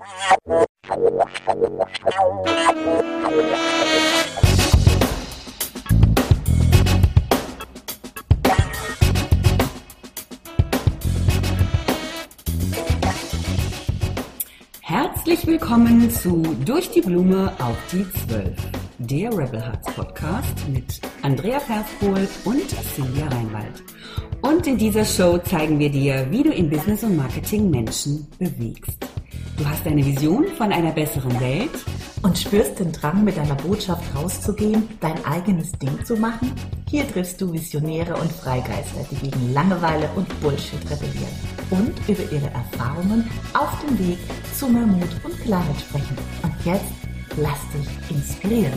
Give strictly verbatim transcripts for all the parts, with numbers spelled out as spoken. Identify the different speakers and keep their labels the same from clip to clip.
Speaker 1: Herzlich willkommen zu Durch die Blume auf die Zwölf, der Rebel Hearts Podcast mit Andrea Perskohl und Silvia Reinwald. Und in dieser Show zeigen wir dir, wie du im Business und Marketing Menschen bewegst. Du hast eine Vision von einer besseren Welt
Speaker 2: und spürst den Drang, mit deiner Botschaft rauszugehen, dein eigenes Ding zu machen? Hier triffst du Visionäre und Freigeister, die gegen Langeweile und Bullshit rebellieren und über ihre Erfahrungen auf dem Weg zu mehr Mut und Klarheit sprechen. Und jetzt lass dich inspirieren.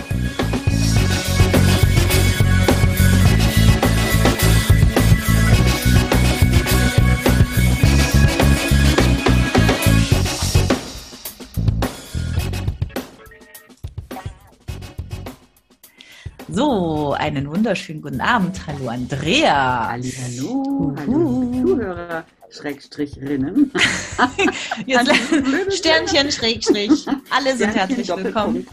Speaker 2: So, einen wunderschönen guten Abend. Hallo Andrea.
Speaker 3: Hallihallo, hallo Zuhörer, Schrägstrichrinnen.
Speaker 2: Jetzt Sternchen, Schrägstrich. Alle sind herzlich willkommen.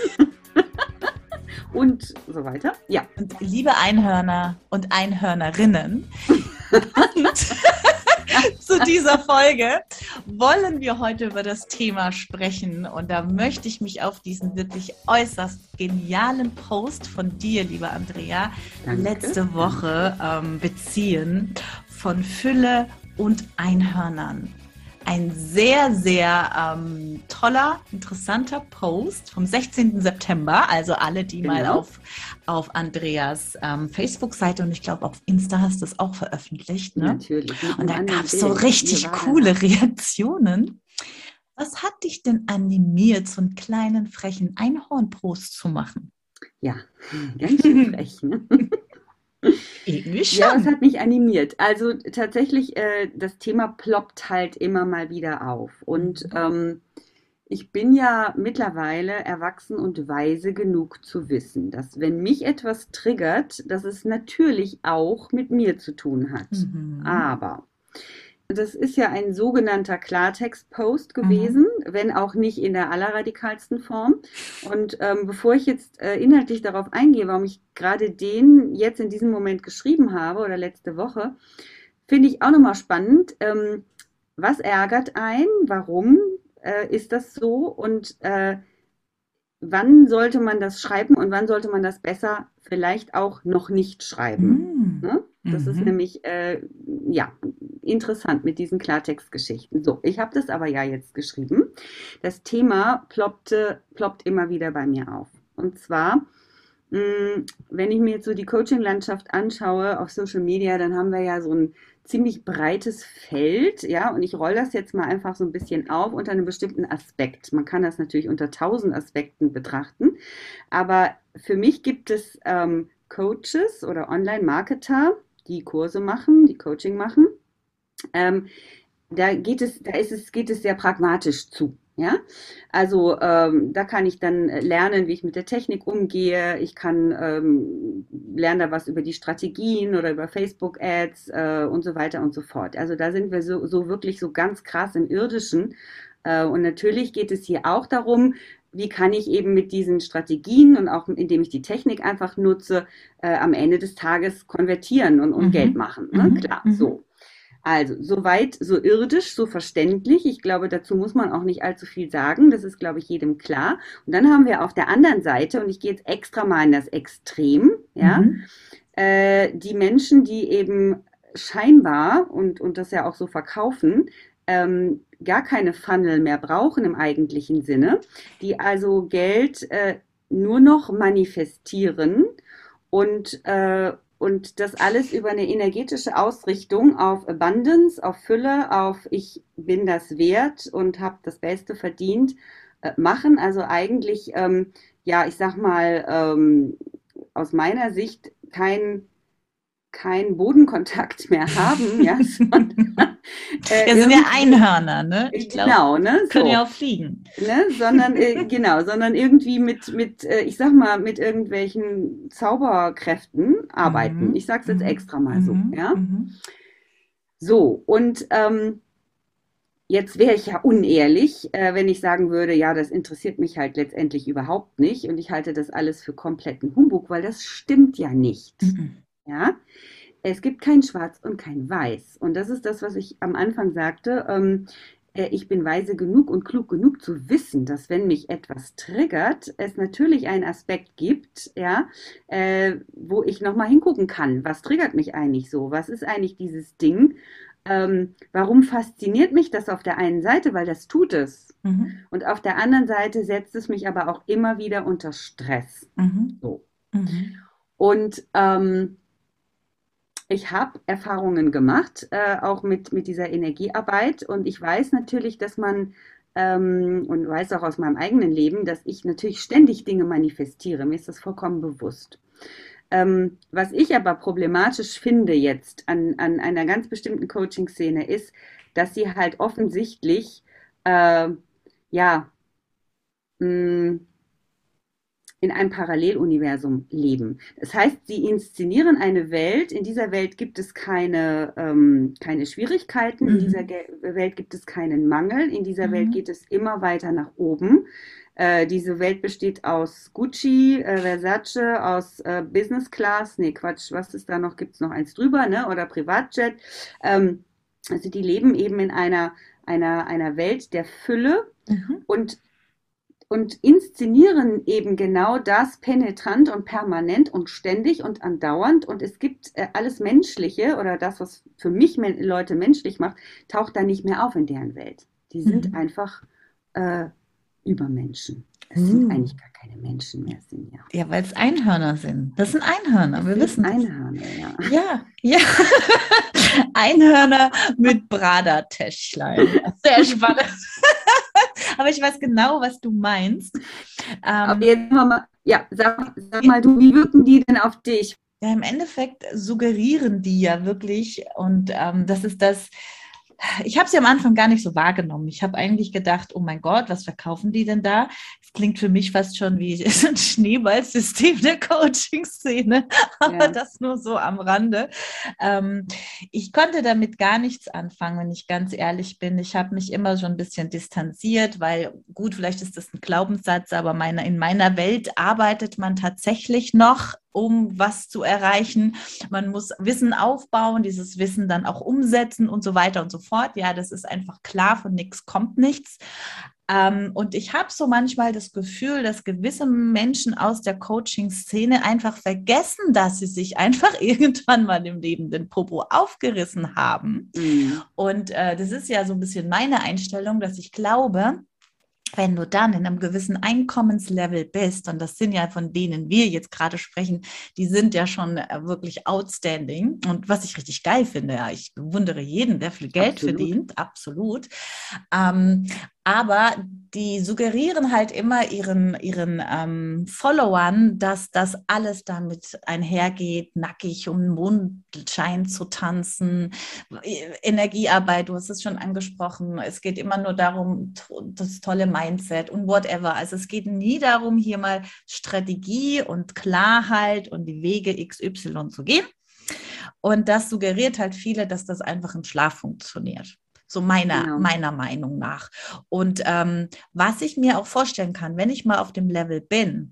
Speaker 3: Und so weiter. Ja.
Speaker 2: Und liebe Einhörner und Einhörnerinnen, zu dieser Folge wollen wir heute über das Thema sprechen. Und da möchte ich mich auf diesen wirklich äußerst genialen Post von dir, liebe Andrea, Danke. letzte Woche ähm, beziehen von Fülle und Einhörnern. Ein sehr, sehr ähm, toller, interessanter Post vom sechzehnten September. Also alle, die genau. mal auf, auf Andreas ähm, Facebook-Seite und ich glaube auf Insta hast du es auch veröffentlicht. Ne?
Speaker 3: Natürlich.
Speaker 2: Und da gab es so richtig coole Reaktionen. Was hat dich denn animiert, so einen kleinen, frechen Einhorn-Post zu machen?
Speaker 3: Ja, ganz schön frech, ne?
Speaker 2: Irgendwie schon.
Speaker 3: Ja, das hat mich animiert. Also tatsächlich, äh, das Thema ploppt halt immer mal wieder auf. Und ähm, ich bin ja mittlerweile erwachsen und weise genug zu wissen, dass wenn mich etwas triggert, dass es natürlich auch mit mir zu tun hat. Mhm. Aber das ist ja ein sogenannter Klartext-Post gewesen, mhm. wenn auch nicht in der allerradikalsten Form. Und ähm, bevor ich jetzt äh, inhaltlich darauf eingehe, warum ich gerade den jetzt in diesem Moment geschrieben habe oder letzte Woche, finde ich auch nochmal spannend, ähm, was ärgert einen, warum äh, ist das so und äh, wann sollte man das schreiben und wann sollte man das besser vielleicht auch noch nicht schreiben. Mhm. Ne? Das mhm. ist nämlich, äh, ja, interessant mit diesen Klartextgeschichten. So, ich habe das aber ja jetzt geschrieben. Das Thema ploppte, ploppt immer wieder bei mir auf. Und zwar, mh, wenn ich mir jetzt so die Coaching-Landschaft anschaue auf Social Media, dann haben wir ja so ein ziemlich breites Feld, ja, und ich rolle das jetzt mal einfach so ein bisschen auf unter einem bestimmten Aspekt. Man kann das natürlich unter tausend Aspekten betrachten, aber für mich gibt es ähm, Coaches oder Online-Marketer, die Kurse machen, die Coaching machen. Ähm, da geht es, da ist es, geht es sehr pragmatisch zu. Ja, also ähm, da kann ich dann lernen, wie ich mit der Technik umgehe. Ich kann ähm, lernen da was über die Strategien oder über Facebook-Ads äh, und so weiter und so fort. Also da sind wir so, so wirklich so ganz krass im Irdischen. Äh, und natürlich geht es hier auch darum, wie kann ich eben mit diesen Strategien und auch indem ich die Technik einfach nutze, äh, am Ende des Tages konvertieren und, und mhm. Geld machen. Ne? Mhm. Klar, mhm. so. Also, soweit, so irdisch, so verständlich. Ich glaube, dazu muss man auch nicht allzu viel sagen. Das ist, glaube ich, jedem klar. Und dann haben wir auf der anderen Seite, und ich gehe jetzt extra mal in das Extrem, ja, mhm. äh, die Menschen, die eben scheinbar, und, und das ja auch so verkaufen, ähm, gar keine Funnel mehr brauchen im eigentlichen Sinne, die also Geld äh, nur noch manifestieren und äh, Und das alles über eine energetische Ausrichtung auf Abundance, auf Fülle, auf ich bin das wert und habe das Beste verdient, äh, machen. Also eigentlich, ähm, ja, ich sag mal, ähm, aus meiner Sicht kein, kein Bodenkontakt mehr haben. Ja, sondern,
Speaker 2: äh, ja, sind ja Einhörner, ne? Ich glaube,
Speaker 3: genau, ne? So.
Speaker 2: Können ja auch fliegen.
Speaker 3: Ne? Sondern, äh, genau, sondern irgendwie mit, mit äh, ich sag mal, mit irgendwelchen Zauberkräften arbeiten. Mhm. Ich sag's jetzt extra mal so,
Speaker 2: mhm.
Speaker 3: ja.
Speaker 2: Mhm.
Speaker 3: So, und ähm, Jetzt wäre ich ja unehrlich, äh, wenn ich sagen würde, ja, das interessiert mich halt letztendlich überhaupt nicht und ich halte das alles für kompletten Humbug, weil das stimmt ja nicht.
Speaker 2: Mhm.
Speaker 3: Ja, es gibt kein Schwarz und kein Weiß. Und das ist das, was ich am Anfang sagte. Ähm, äh, ich bin weise genug und klug genug zu wissen, dass wenn mich etwas triggert, es natürlich einen Aspekt gibt, ja, äh, wo ich nochmal hingucken kann. Was triggert mich eigentlich so? Was ist eigentlich dieses Ding? Ähm, warum fasziniert mich das auf der einen Seite? Weil das tut es.
Speaker 2: Mhm.
Speaker 3: Und auf der anderen Seite setzt es mich aber auch immer wieder unter Stress.
Speaker 2: Mhm.
Speaker 3: So.
Speaker 2: Mhm.
Speaker 3: Und ähm, ich habe Erfahrungen gemacht, äh, auch mit, mit dieser Energiearbeit. Und ich weiß natürlich, dass man, ähm, und weiß auch aus meinem eigenen Leben, dass ich natürlich ständig Dinge manifestiere. Mir ist das vollkommen bewusst. Ähm, was ich aber problematisch finde jetzt an, an einer ganz bestimmten Coaching-Szene ist, dass sie halt offensichtlich, äh, ja, mh, in einem Paralleluniversum leben. Das heißt, sie inszenieren eine Welt. In dieser Welt gibt es keine, ähm, keine Schwierigkeiten, in dieser
Speaker 2: Mhm.
Speaker 3: Ge Welt gibt es keinen Mangel, in dieser Welt
Speaker 2: Mhm.
Speaker 3: geht es immer weiter nach oben. Äh, diese Welt besteht aus Gucci, äh, Versace, aus äh, Business Class, nee, Quatsch, was ist da noch? Gibt es noch eins drüber, ne? Oder Privatjet. Ähm, also die leben eben in einer, einer, einer Welt der Fülle
Speaker 2: Mhm.
Speaker 3: und und inszenieren eben genau das penetrant und permanent und ständig und andauernd. Und es gibt äh, alles Menschliche oder das, was für mich men Leute menschlich macht, taucht da nicht mehr auf in deren Welt. Die sind
Speaker 2: Mhm.
Speaker 3: einfach äh, Übermenschen. Es sind
Speaker 2: Uh.
Speaker 3: eigentlich gar keine Menschen mehr, sind ja.
Speaker 2: Ja, weil es Einhörner sind. Das sind Einhörner,
Speaker 3: Es
Speaker 2: wir
Speaker 3: sind
Speaker 2: wissen das.
Speaker 3: Einhörner, ja.
Speaker 2: Ja, ja. Einhörner mit Bradertäschlein. Sehr spannend. Aber ich weiß genau, was du meinst.
Speaker 3: Aber
Speaker 2: Ähm,
Speaker 3: jetzt mal, ja, sag, sag mal du, wie wirken die denn auf dich?
Speaker 2: ja, im Endeffekt suggerieren die ja wirklich, und ähm, das ist das, ich habe sie am Anfang gar nicht so wahrgenommen. Ich habe eigentlich gedacht, oh mein Gott, was verkaufen die denn da? Es klingt für mich fast schon wie so ein Schneeballsystem der Coaching-Szene, aber
Speaker 3: Ja.
Speaker 2: das nur so am Rande. Ähm, ich konnte damit gar nichts anfangen, wenn ich ganz ehrlich bin. Ich habe mich immer schon ein bisschen distanziert, weil gut, vielleicht ist das ein Glaubenssatz, aber meine, in meiner Welt arbeitet man tatsächlich noch, um was zu erreichen. Man muss Wissen aufbauen, dieses Wissen dann auch umsetzen und so weiter und so fort. Ja, das ist einfach klar, von nichts kommt nichts. Ähm, und ich habe so manchmal das Gefühl, dass gewisse Menschen aus der Coaching-Szene einfach vergessen, dass sie sich einfach irgendwann mal im Leben den Popo aufgerissen haben.
Speaker 3: Mhm.
Speaker 2: Und äh, das ist ja so ein bisschen meine Einstellung, dass ich glaube, wenn du dann in einem gewissen Einkommenslevel bist, und das sind ja von denen wir jetzt gerade sprechen, die sind ja schon äh, wirklich outstanding. Und was ich richtig geil finde, ja, ich bewundere jeden, der viel Geld
Speaker 3: Absolut.
Speaker 2: verdient, absolut. Ähm, aber die suggerieren halt immer ihren, ihren ähm, Followern, dass das alles damit einhergeht, nackig um den Mondschein zu tanzen, Energiearbeit, du hast es schon angesprochen, es geht immer nur darum, das tolle Mindset und whatever. Also es geht nie darum, hier mal Strategie und Klarheit und die Wege X Y zu gehen. Und das suggeriert halt viele, dass das einfach im Schlaf funktioniert. So meiner,
Speaker 3: Genau.
Speaker 2: meiner Meinung nach. Und ähm, was ich mir auch vorstellen kann, wenn ich mal auf dem Level bin,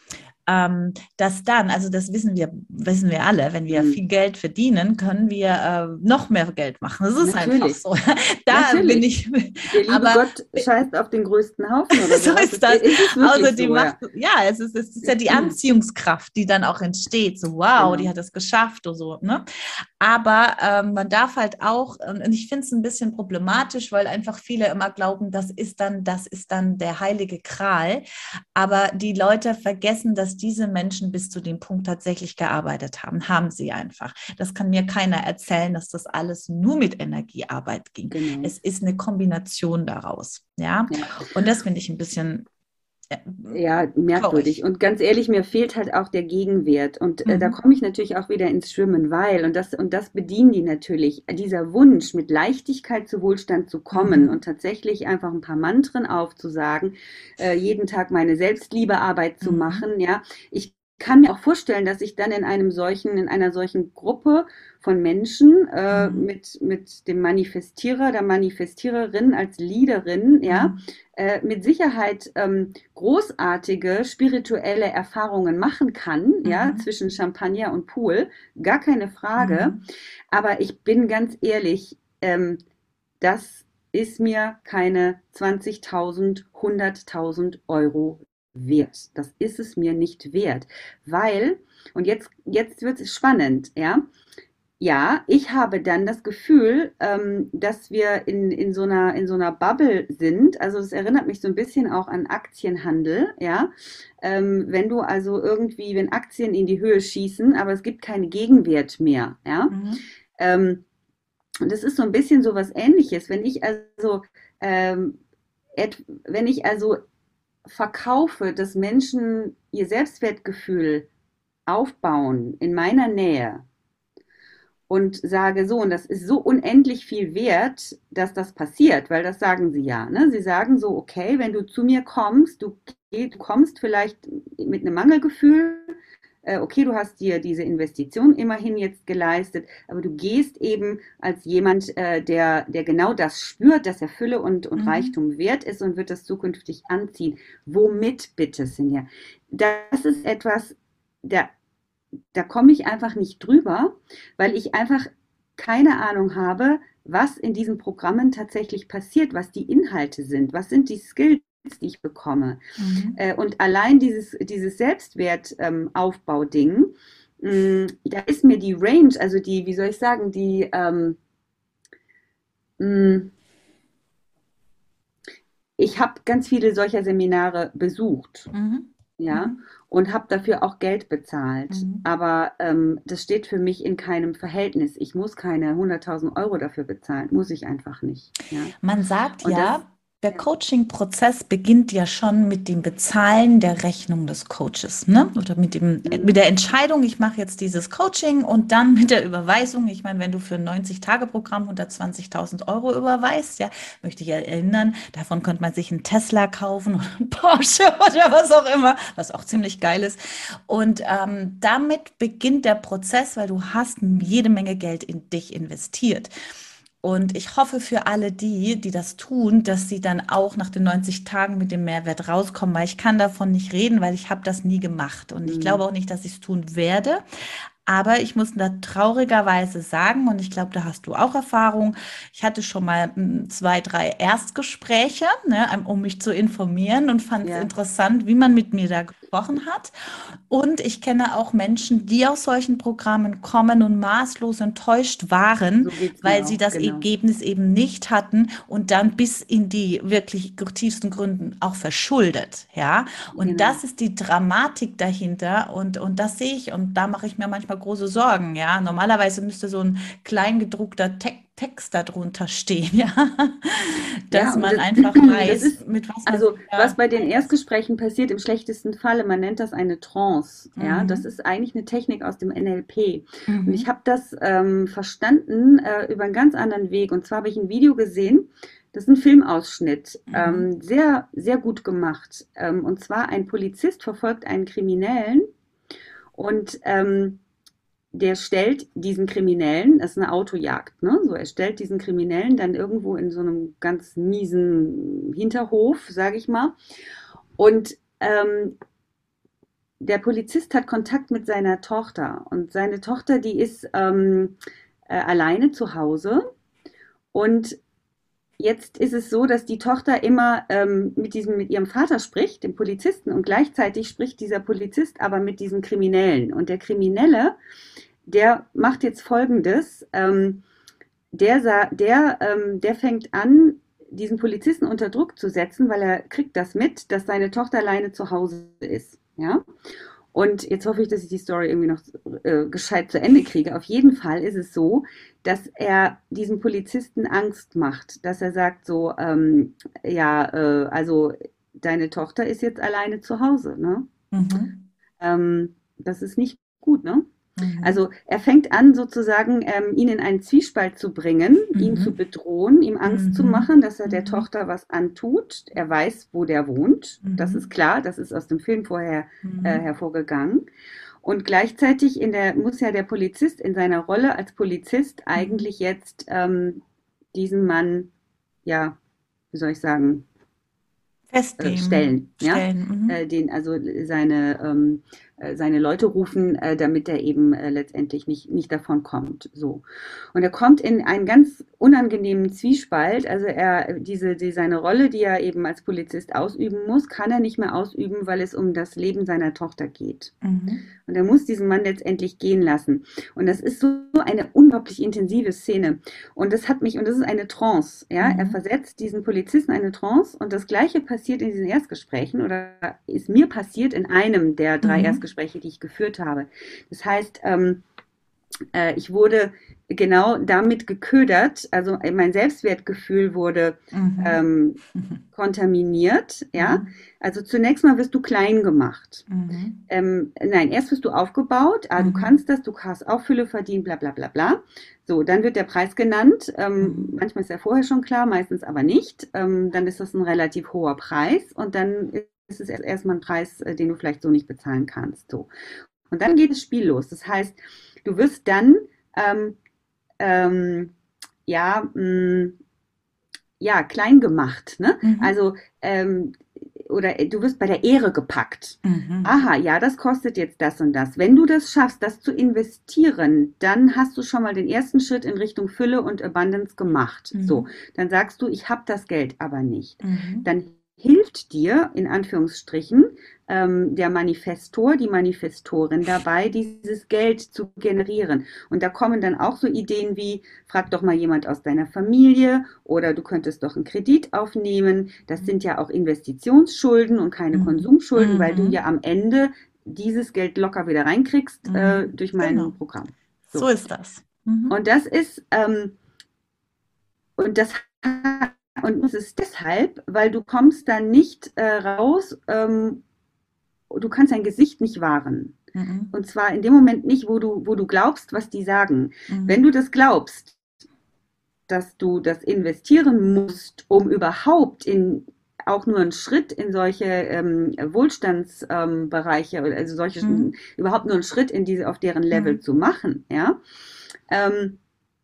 Speaker 2: ähm, dass dann, also das wissen wir, wissen wir alle, wenn wir
Speaker 3: Mhm.
Speaker 2: viel Geld verdienen, können wir äh, noch mehr Geld machen. Das ist
Speaker 3: Natürlich.
Speaker 2: einfach so. Da
Speaker 3: Natürlich.
Speaker 2: bin ich,
Speaker 3: Der liebe
Speaker 2: aber
Speaker 3: Gott scheißt auf den größten Haufen oder
Speaker 2: so
Speaker 3: sowas.
Speaker 2: ist das.
Speaker 3: Es ist wirklich
Speaker 2: Also die
Speaker 3: so,
Speaker 2: macht,
Speaker 3: ja.
Speaker 2: ja, es ist, es ist ja die Anziehungskraft, die dann auch entsteht. So, wow,
Speaker 3: Genau.
Speaker 2: die hat es geschafft und so, ne? Aber ähm, man darf halt auch, und ich finde es ein bisschen problematisch, weil einfach viele immer glauben, das ist dann, das ist dann der heilige Gral. Aber die Leute vergessen, dass diese Menschen bis zu dem Punkt tatsächlich gearbeitet haben. Haben sie einfach. Das kann mir keiner erzählen, dass das alles nur mit Energiearbeit ging.
Speaker 3: Genau.
Speaker 2: Es ist eine Kombination daraus. Ja,
Speaker 3: Ja.
Speaker 2: und das finde ich ein bisschen äh,
Speaker 3: Ja, merkwürdig.
Speaker 2: traurig.
Speaker 3: Und ganz ehrlich, mir fehlt halt auch der Gegenwert. Und äh, da
Speaker 2: Mhm.
Speaker 3: komme ich natürlich auch wieder ins Schwimmen, weil, und das, und das bedienen die natürlich, dieser Wunsch, mit Leichtigkeit zu Wohlstand zu kommen
Speaker 2: Mhm.
Speaker 3: und tatsächlich einfach ein paar Mantren aufzusagen, äh, jeden Tag meine Selbstliebearbeit zu
Speaker 2: Mhm.
Speaker 3: machen, ja. Ich kann mir auch vorstellen, dass ich dann in einem solchen, in einer solchen Gruppe von Menschen äh,
Speaker 2: Mhm.
Speaker 3: mit, mit dem Manifestierer, der Manifestiererin als Leaderin, ja,
Speaker 2: Mhm.
Speaker 3: äh, mit Sicherheit ähm, großartige spirituelle Erfahrungen machen kann, ja,
Speaker 2: Mhm.
Speaker 3: zwischen Champagner und Pool, gar keine Frage.
Speaker 2: Mhm.
Speaker 3: Aber ich bin ganz ehrlich, ähm, das ist mir keine zwanzigtausend, hunderttausend Euro wert. Das ist es mir nicht wert, weil, und jetzt, jetzt wird es spannend, ja. Ja, ich habe dann das Gefühl, ähm, dass wir in, in so einer, in so einer Bubble sind. Also es erinnert mich so ein bisschen auch an Aktienhandel, ja. Ähm, wenn du also irgendwie, wenn Aktien in die Höhe schießen, aber es gibt keinen Gegenwert mehr, ja.
Speaker 2: Mhm.
Speaker 3: Ähm, und das ist so ein bisschen so was Ähnliches. Wenn ich also, ähm, et, wenn ich also verkaufe, dass Menschen ihr Selbstwertgefühl aufbauen in meiner Nähe und sage so, und das ist so unendlich viel wert, dass das passiert, weil das sagen sie ja. Ne? Sie sagen so, okay, wenn du zu mir kommst, du, du kommst vielleicht mit einem Mangelgefühl, äh, okay, du hast dir diese Investition immerhin jetzt geleistet, aber du gehst eben als jemand, äh, der, der genau das spürt, dass er Fülle und, und
Speaker 2: Mhm.
Speaker 3: Reichtum wert ist und wird das zukünftig anziehen. Womit bitte, Sinja? Das ist etwas, da, da komme ich einfach nicht drüber, weil ich einfach keine Ahnung habe, was in diesen Programmen tatsächlich passiert, was die Inhalte sind, was sind die Skills, die ich bekomme.
Speaker 2: Mhm.
Speaker 3: Äh, und allein dieses, dieses Selbstwertaufbau-Ding, mh, da ist mir die Range, also die, wie soll ich sagen, die, ähm, mh, ich habe ganz viele solcher Seminare besucht,
Speaker 2: Mhm.
Speaker 3: ja,
Speaker 2: Mhm.
Speaker 3: und habe dafür auch Geld bezahlt.
Speaker 2: Mhm.
Speaker 3: Aber ähm, das steht für mich in keinem Verhältnis. Ich muss keine hunderttausend Euro dafür bezahlen, muss ich einfach nicht, ja.
Speaker 2: Man sagt
Speaker 3: Und das,
Speaker 2: ja, der
Speaker 3: ja,
Speaker 2: Coaching-Prozess beginnt ja schon mit dem Bezahlen der Rechnung des Coaches, ne? Oder mit dem, mit
Speaker 3: mhm,
Speaker 2: der Entscheidung, ich mache jetzt dieses Coaching und dann mit der Überweisung. Ich meine, wenn du für ein neunzig-Tage-Programm hundertzwanzigtausend Euro überweist, ja, möchte ich erinnern, davon könnte man sich einen Tesla kaufen oder einen Porsche oder was auch immer, was auch ziemlich geil ist. Und ähm, damit beginnt der Prozess, weil du hast jede Menge Geld in dich investiert. Und ich hoffe für alle die, die das tun, dass sie dann auch nach den neunzig Tagen mit dem Mehrwert rauskommen, weil ich kann davon nicht reden, weil ich habe das nie gemacht. Und ich glaube
Speaker 3: mhm,
Speaker 2: auch nicht, dass ich es tun werde. Aber ich muss da traurigerweise sagen, und ich glaube, da hast du auch Erfahrung, ich hatte schon mal mm, zwei, drei Erstgespräche, ne, um mich zu informieren und fand es
Speaker 3: ja,
Speaker 2: interessant, wie man mit mir da gesprochen hat. Und ich kenne auch Menschen, die aus solchen Programmen kommen und maßlos enttäuscht waren,
Speaker 3: so geht es mir
Speaker 2: weil sie
Speaker 3: auch,
Speaker 2: das
Speaker 3: genau.
Speaker 2: Ergebnis eben nicht hatten und dann bis in die wirklich tiefsten Gründen auch verschuldet, ja. Und
Speaker 3: Genau.
Speaker 2: das ist die Dramatik dahinter und, und das sehe ich und da mache ich mir manchmal große Sorgen, ja. Normalerweise müsste so ein kleingedruckter Te Text darunter stehen, ja,
Speaker 3: Ja,
Speaker 2: dass
Speaker 3: und
Speaker 2: man
Speaker 3: das,
Speaker 2: einfach
Speaker 3: das
Speaker 2: weiß,
Speaker 3: ist,
Speaker 2: mit was man
Speaker 3: also
Speaker 2: sich
Speaker 3: was
Speaker 2: da
Speaker 3: bei den
Speaker 2: einlässt.
Speaker 3: Erstgesprächen passiert, im schlechtesten Falle, man nennt das eine Trance. Ja, das
Speaker 2: Mhm.
Speaker 3: ist eigentlich eine Technik aus dem N L P. Und ich
Speaker 2: Mhm.
Speaker 3: habe das ähm, verstanden äh, über einen ganz anderen Weg. Und zwar habe ich ein Video gesehen, das ist ein Filmausschnitt,
Speaker 2: Mhm.
Speaker 3: ähm, sehr, sehr gut gemacht. Ähm, und zwar ein Polizist verfolgt einen Kriminellen und ähm, der stellt diesen Kriminellen, das ist eine Autojagd, ne? So, er stellt diesen Kriminellen dann irgendwo in so einem ganz miesen Hinterhof, sage ich mal. Und ähm, der Polizist hat Kontakt mit seiner Tochter. Und seine Tochter, die ist ähm, äh, alleine zu Hause. Und jetzt ist es so, dass die Tochter immer ähm, mit diesem, mit ihrem Vater spricht, dem Polizisten, und gleichzeitig spricht dieser Polizist aber mit diesem Kriminellen. Und der Kriminelle, der macht jetzt Folgendes. Ähm, der, der, ähm, der fängt an, diesen Polizisten unter Druck zu setzen, weil er kriegt das mit, dass seine Tochter alleine zu Hause ist. Ja? Und jetzt hoffe ich, dass ich die Story irgendwie noch äh, gescheit zu Ende kriege. Auf jeden Fall ist es so, dass er diesem Polizisten Angst macht, dass er sagt so, ähm, ja, äh, also deine Tochter ist jetzt alleine zu Hause, ne?
Speaker 2: Mhm.
Speaker 3: Ähm, das ist nicht gut, ne?
Speaker 2: Mhm.
Speaker 3: Also er fängt an, sozusagen ähm, ihn in einen Zwiespalt zu bringen, ihn zu
Speaker 2: Mhm.
Speaker 3: bedrohen, ihm Angst zu
Speaker 2: Mhm.
Speaker 3: machen, dass er der
Speaker 2: Mhm.
Speaker 3: Tochter was antut. Er weiß, wo der wohnt. Das ist
Speaker 2: Mhm.
Speaker 3: klar, das ist aus dem Film vorher äh,
Speaker 2: Mhm.
Speaker 3: hervorgegangen. Und gleichzeitig in der, muss ja der Polizist in seiner Rolle als Polizist
Speaker 2: Mhm.
Speaker 3: eigentlich jetzt ähm, diesen Mann, ja, wie soll ich sagen, äh,
Speaker 2: Festnehmen,
Speaker 3: stellen, ja,
Speaker 2: stellen. Mhm.
Speaker 3: äh, den, also seine, ähm, äh, seine Leute rufen, äh, damit er eben äh, letztendlich nicht, nicht davon kommt. So. Und er kommt in einen ganz unangenehmen Zwiespalt. Also er, diese, die, seine Rolle, die er eben als Polizist ausüben muss, kann er nicht mehr ausüben, weil es um das Leben seiner Tochter geht.
Speaker 2: Mhm.
Speaker 3: Und er muss diesen Mann letztendlich gehen lassen. Und das ist so eine unglaublich intensive Szene. Und das hat mich, und das ist eine Trance, ja. Er
Speaker 2: Mhm.
Speaker 3: versetzt diesen Polizisten in eine Trance und das Gleiche passiert in diesen Erstgesprächen oder ist mir passiert in einem der drei
Speaker 2: Mhm.
Speaker 3: Erstgespräche, die ich geführt habe. Das heißt, ähm, äh, ich wurde genau damit geködert, also mein Selbstwertgefühl wurde
Speaker 2: Mhm.
Speaker 3: ähm, kontaminiert, ja.
Speaker 2: Mhm.
Speaker 3: Also zunächst mal wirst du klein gemacht.
Speaker 2: Mhm.
Speaker 3: Ähm, nein, erst wirst du aufgebaut, ah, du
Speaker 2: Mhm.
Speaker 3: kannst das, du hast auch Fülle verdient, bla bla bla bla. So, dann wird der Preis genannt. Ähm,
Speaker 2: Mhm.
Speaker 3: manchmal ist er vorher schon klar, meistens aber nicht. Ähm, dann ist das ein relativ hoher Preis und dann ist es erst- erstmal ein Preis, äh, den du vielleicht so nicht bezahlen kannst. So. Und dann geht das Spiel los. Das heißt, du wirst dann ähm, ähm, ja, mh, ja, klein gemacht, ne?
Speaker 2: Mhm.
Speaker 3: Also, ähm, oder du wirst bei der Ehre gepackt.
Speaker 2: Mhm.
Speaker 3: Aha, ja, das kostet jetzt das und das. Wenn du das schaffst, das zu investieren, dann hast du schon mal den ersten Schritt in Richtung Fülle und Abundance gemacht. So,
Speaker 2: Mhm.
Speaker 3: dann sagst du, ich habe das Geld aber nicht.
Speaker 2: Mhm.
Speaker 3: Dann hilft dir, in Anführungsstrichen, ähm, der Manifestor, die Manifestorin dabei, dieses Geld zu generieren. Und da kommen dann auch so Ideen wie, frag doch mal jemand aus deiner Familie oder du könntest doch einen Kredit aufnehmen. Das sind ja auch Investitionsschulden und keine
Speaker 2: Mhm.
Speaker 3: Konsumschulden, weil du
Speaker 2: Mhm.
Speaker 3: ja am Ende dieses Geld locker wieder reinkriegst äh,
Speaker 2: Mhm.
Speaker 3: durch mein
Speaker 2: Genau.
Speaker 3: Programm.
Speaker 2: So
Speaker 3: So.
Speaker 2: ist das. Mhm.
Speaker 3: Und das ist, ähm, und das und es ist deshalb, weil du kommst dann nicht äh, raus, ähm, du kannst dein Gesicht nicht wahren.
Speaker 2: Mhm.
Speaker 3: Und zwar in dem Moment nicht, wo du, wo du glaubst, was die sagen. Wenn
Speaker 2: Mhm.
Speaker 3: du das glaubst, dass du das investieren musst, um überhaupt in auch nur einen Schritt in solche ähm, Wohlstandsbereiche, ähm, also solche
Speaker 2: Mhm.
Speaker 3: überhaupt nur einen Schritt in diese auf deren Level
Speaker 2: Mhm.
Speaker 3: zu machen, ja, ähm,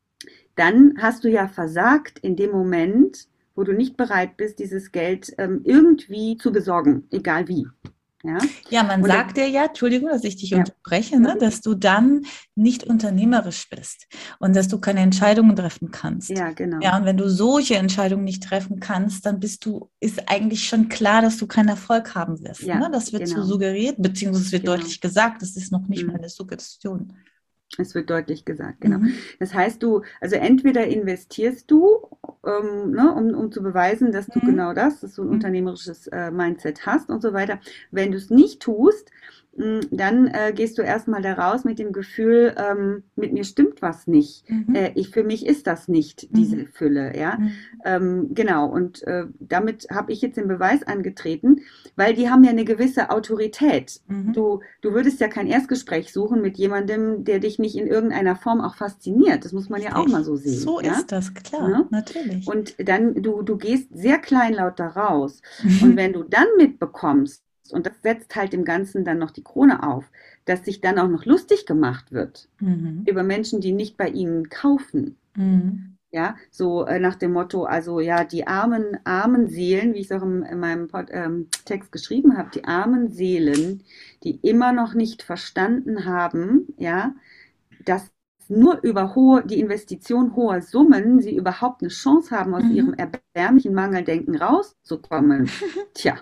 Speaker 3: dann hast du ja versagt in dem Moment, wo du nicht bereit bist, dieses Geld ähm, irgendwie zu besorgen, egal wie. Ja,
Speaker 2: Ja, man
Speaker 3: und da,
Speaker 2: sagt dir ja, Entschuldigung, dass ich dich
Speaker 3: ja,
Speaker 2: unterbreche, ne, dass du dann nicht unternehmerisch bist und dass du keine Entscheidungen treffen kannst.
Speaker 3: ja, genau.
Speaker 2: Ja, und wenn du solche Entscheidungen nicht treffen kannst, dann bist du, ist eigentlich schon klar, dass du keinen Erfolg haben wirst.
Speaker 3: Ja,
Speaker 2: Ne? Das wird so
Speaker 3: genau.
Speaker 2: suggeriert, beziehungsweise es wird
Speaker 3: Genau.
Speaker 2: deutlich gesagt, das ist noch nicht
Speaker 3: Hm.
Speaker 2: mal eine Suggestion.
Speaker 3: Es wird deutlich gesagt, genau.
Speaker 2: Mhm.
Speaker 3: Das heißt, du, also entweder investierst du, ähm, ne, um, um zu beweisen, dass du
Speaker 2: Mhm.
Speaker 3: genau das, dass du ein
Speaker 2: Mhm.
Speaker 3: unternehmerisches äh, Mindset hast und so weiter. Wenn du es nicht tust, mh, dann äh, gehst du erstmal da raus mit dem Gefühl, ähm, mit mir stimmt was nicht.
Speaker 2: Mhm.
Speaker 3: Äh, ich, für mich ist das nicht, diese
Speaker 2: Mhm.
Speaker 3: Fülle, ja.
Speaker 2: Mhm.
Speaker 3: Ähm, genau, und äh, damit habe ich jetzt den Beweis angetreten, weil die haben ja eine gewisse Autorität.
Speaker 2: Mhm.
Speaker 3: Du, du würdest ja kein Erstgespräch suchen mit jemandem, der dich nicht in irgendeiner Form auch fasziniert. Das muss man ja auch mal so sehen.
Speaker 2: So
Speaker 3: ja?
Speaker 2: ist das, klar,
Speaker 3: Ne?
Speaker 2: natürlich.
Speaker 3: Und dann, du, du gehst sehr kleinlaut da raus. Und wenn du dann mitbekommst, und das setzt halt dem Ganzen dann noch die Krone auf, dass sich dann auch noch lustig gemacht wird
Speaker 2: Mhm.
Speaker 3: über Menschen, die nicht bei ihnen kaufen.
Speaker 2: Mhm.
Speaker 3: Ja, so äh, nach dem Motto, also ja, die armen, armen Seelen, wie ich es auch im, in meinem Pod, ähm, Text geschrieben habe, die armen Seelen, die immer noch nicht verstanden haben, ja, dass nur über hohe, die Investition hoher Summen sie überhaupt eine Chance haben, aus
Speaker 2: Mhm.
Speaker 3: ihrem erbärmlichen Mangeldenken rauszukommen. Tja,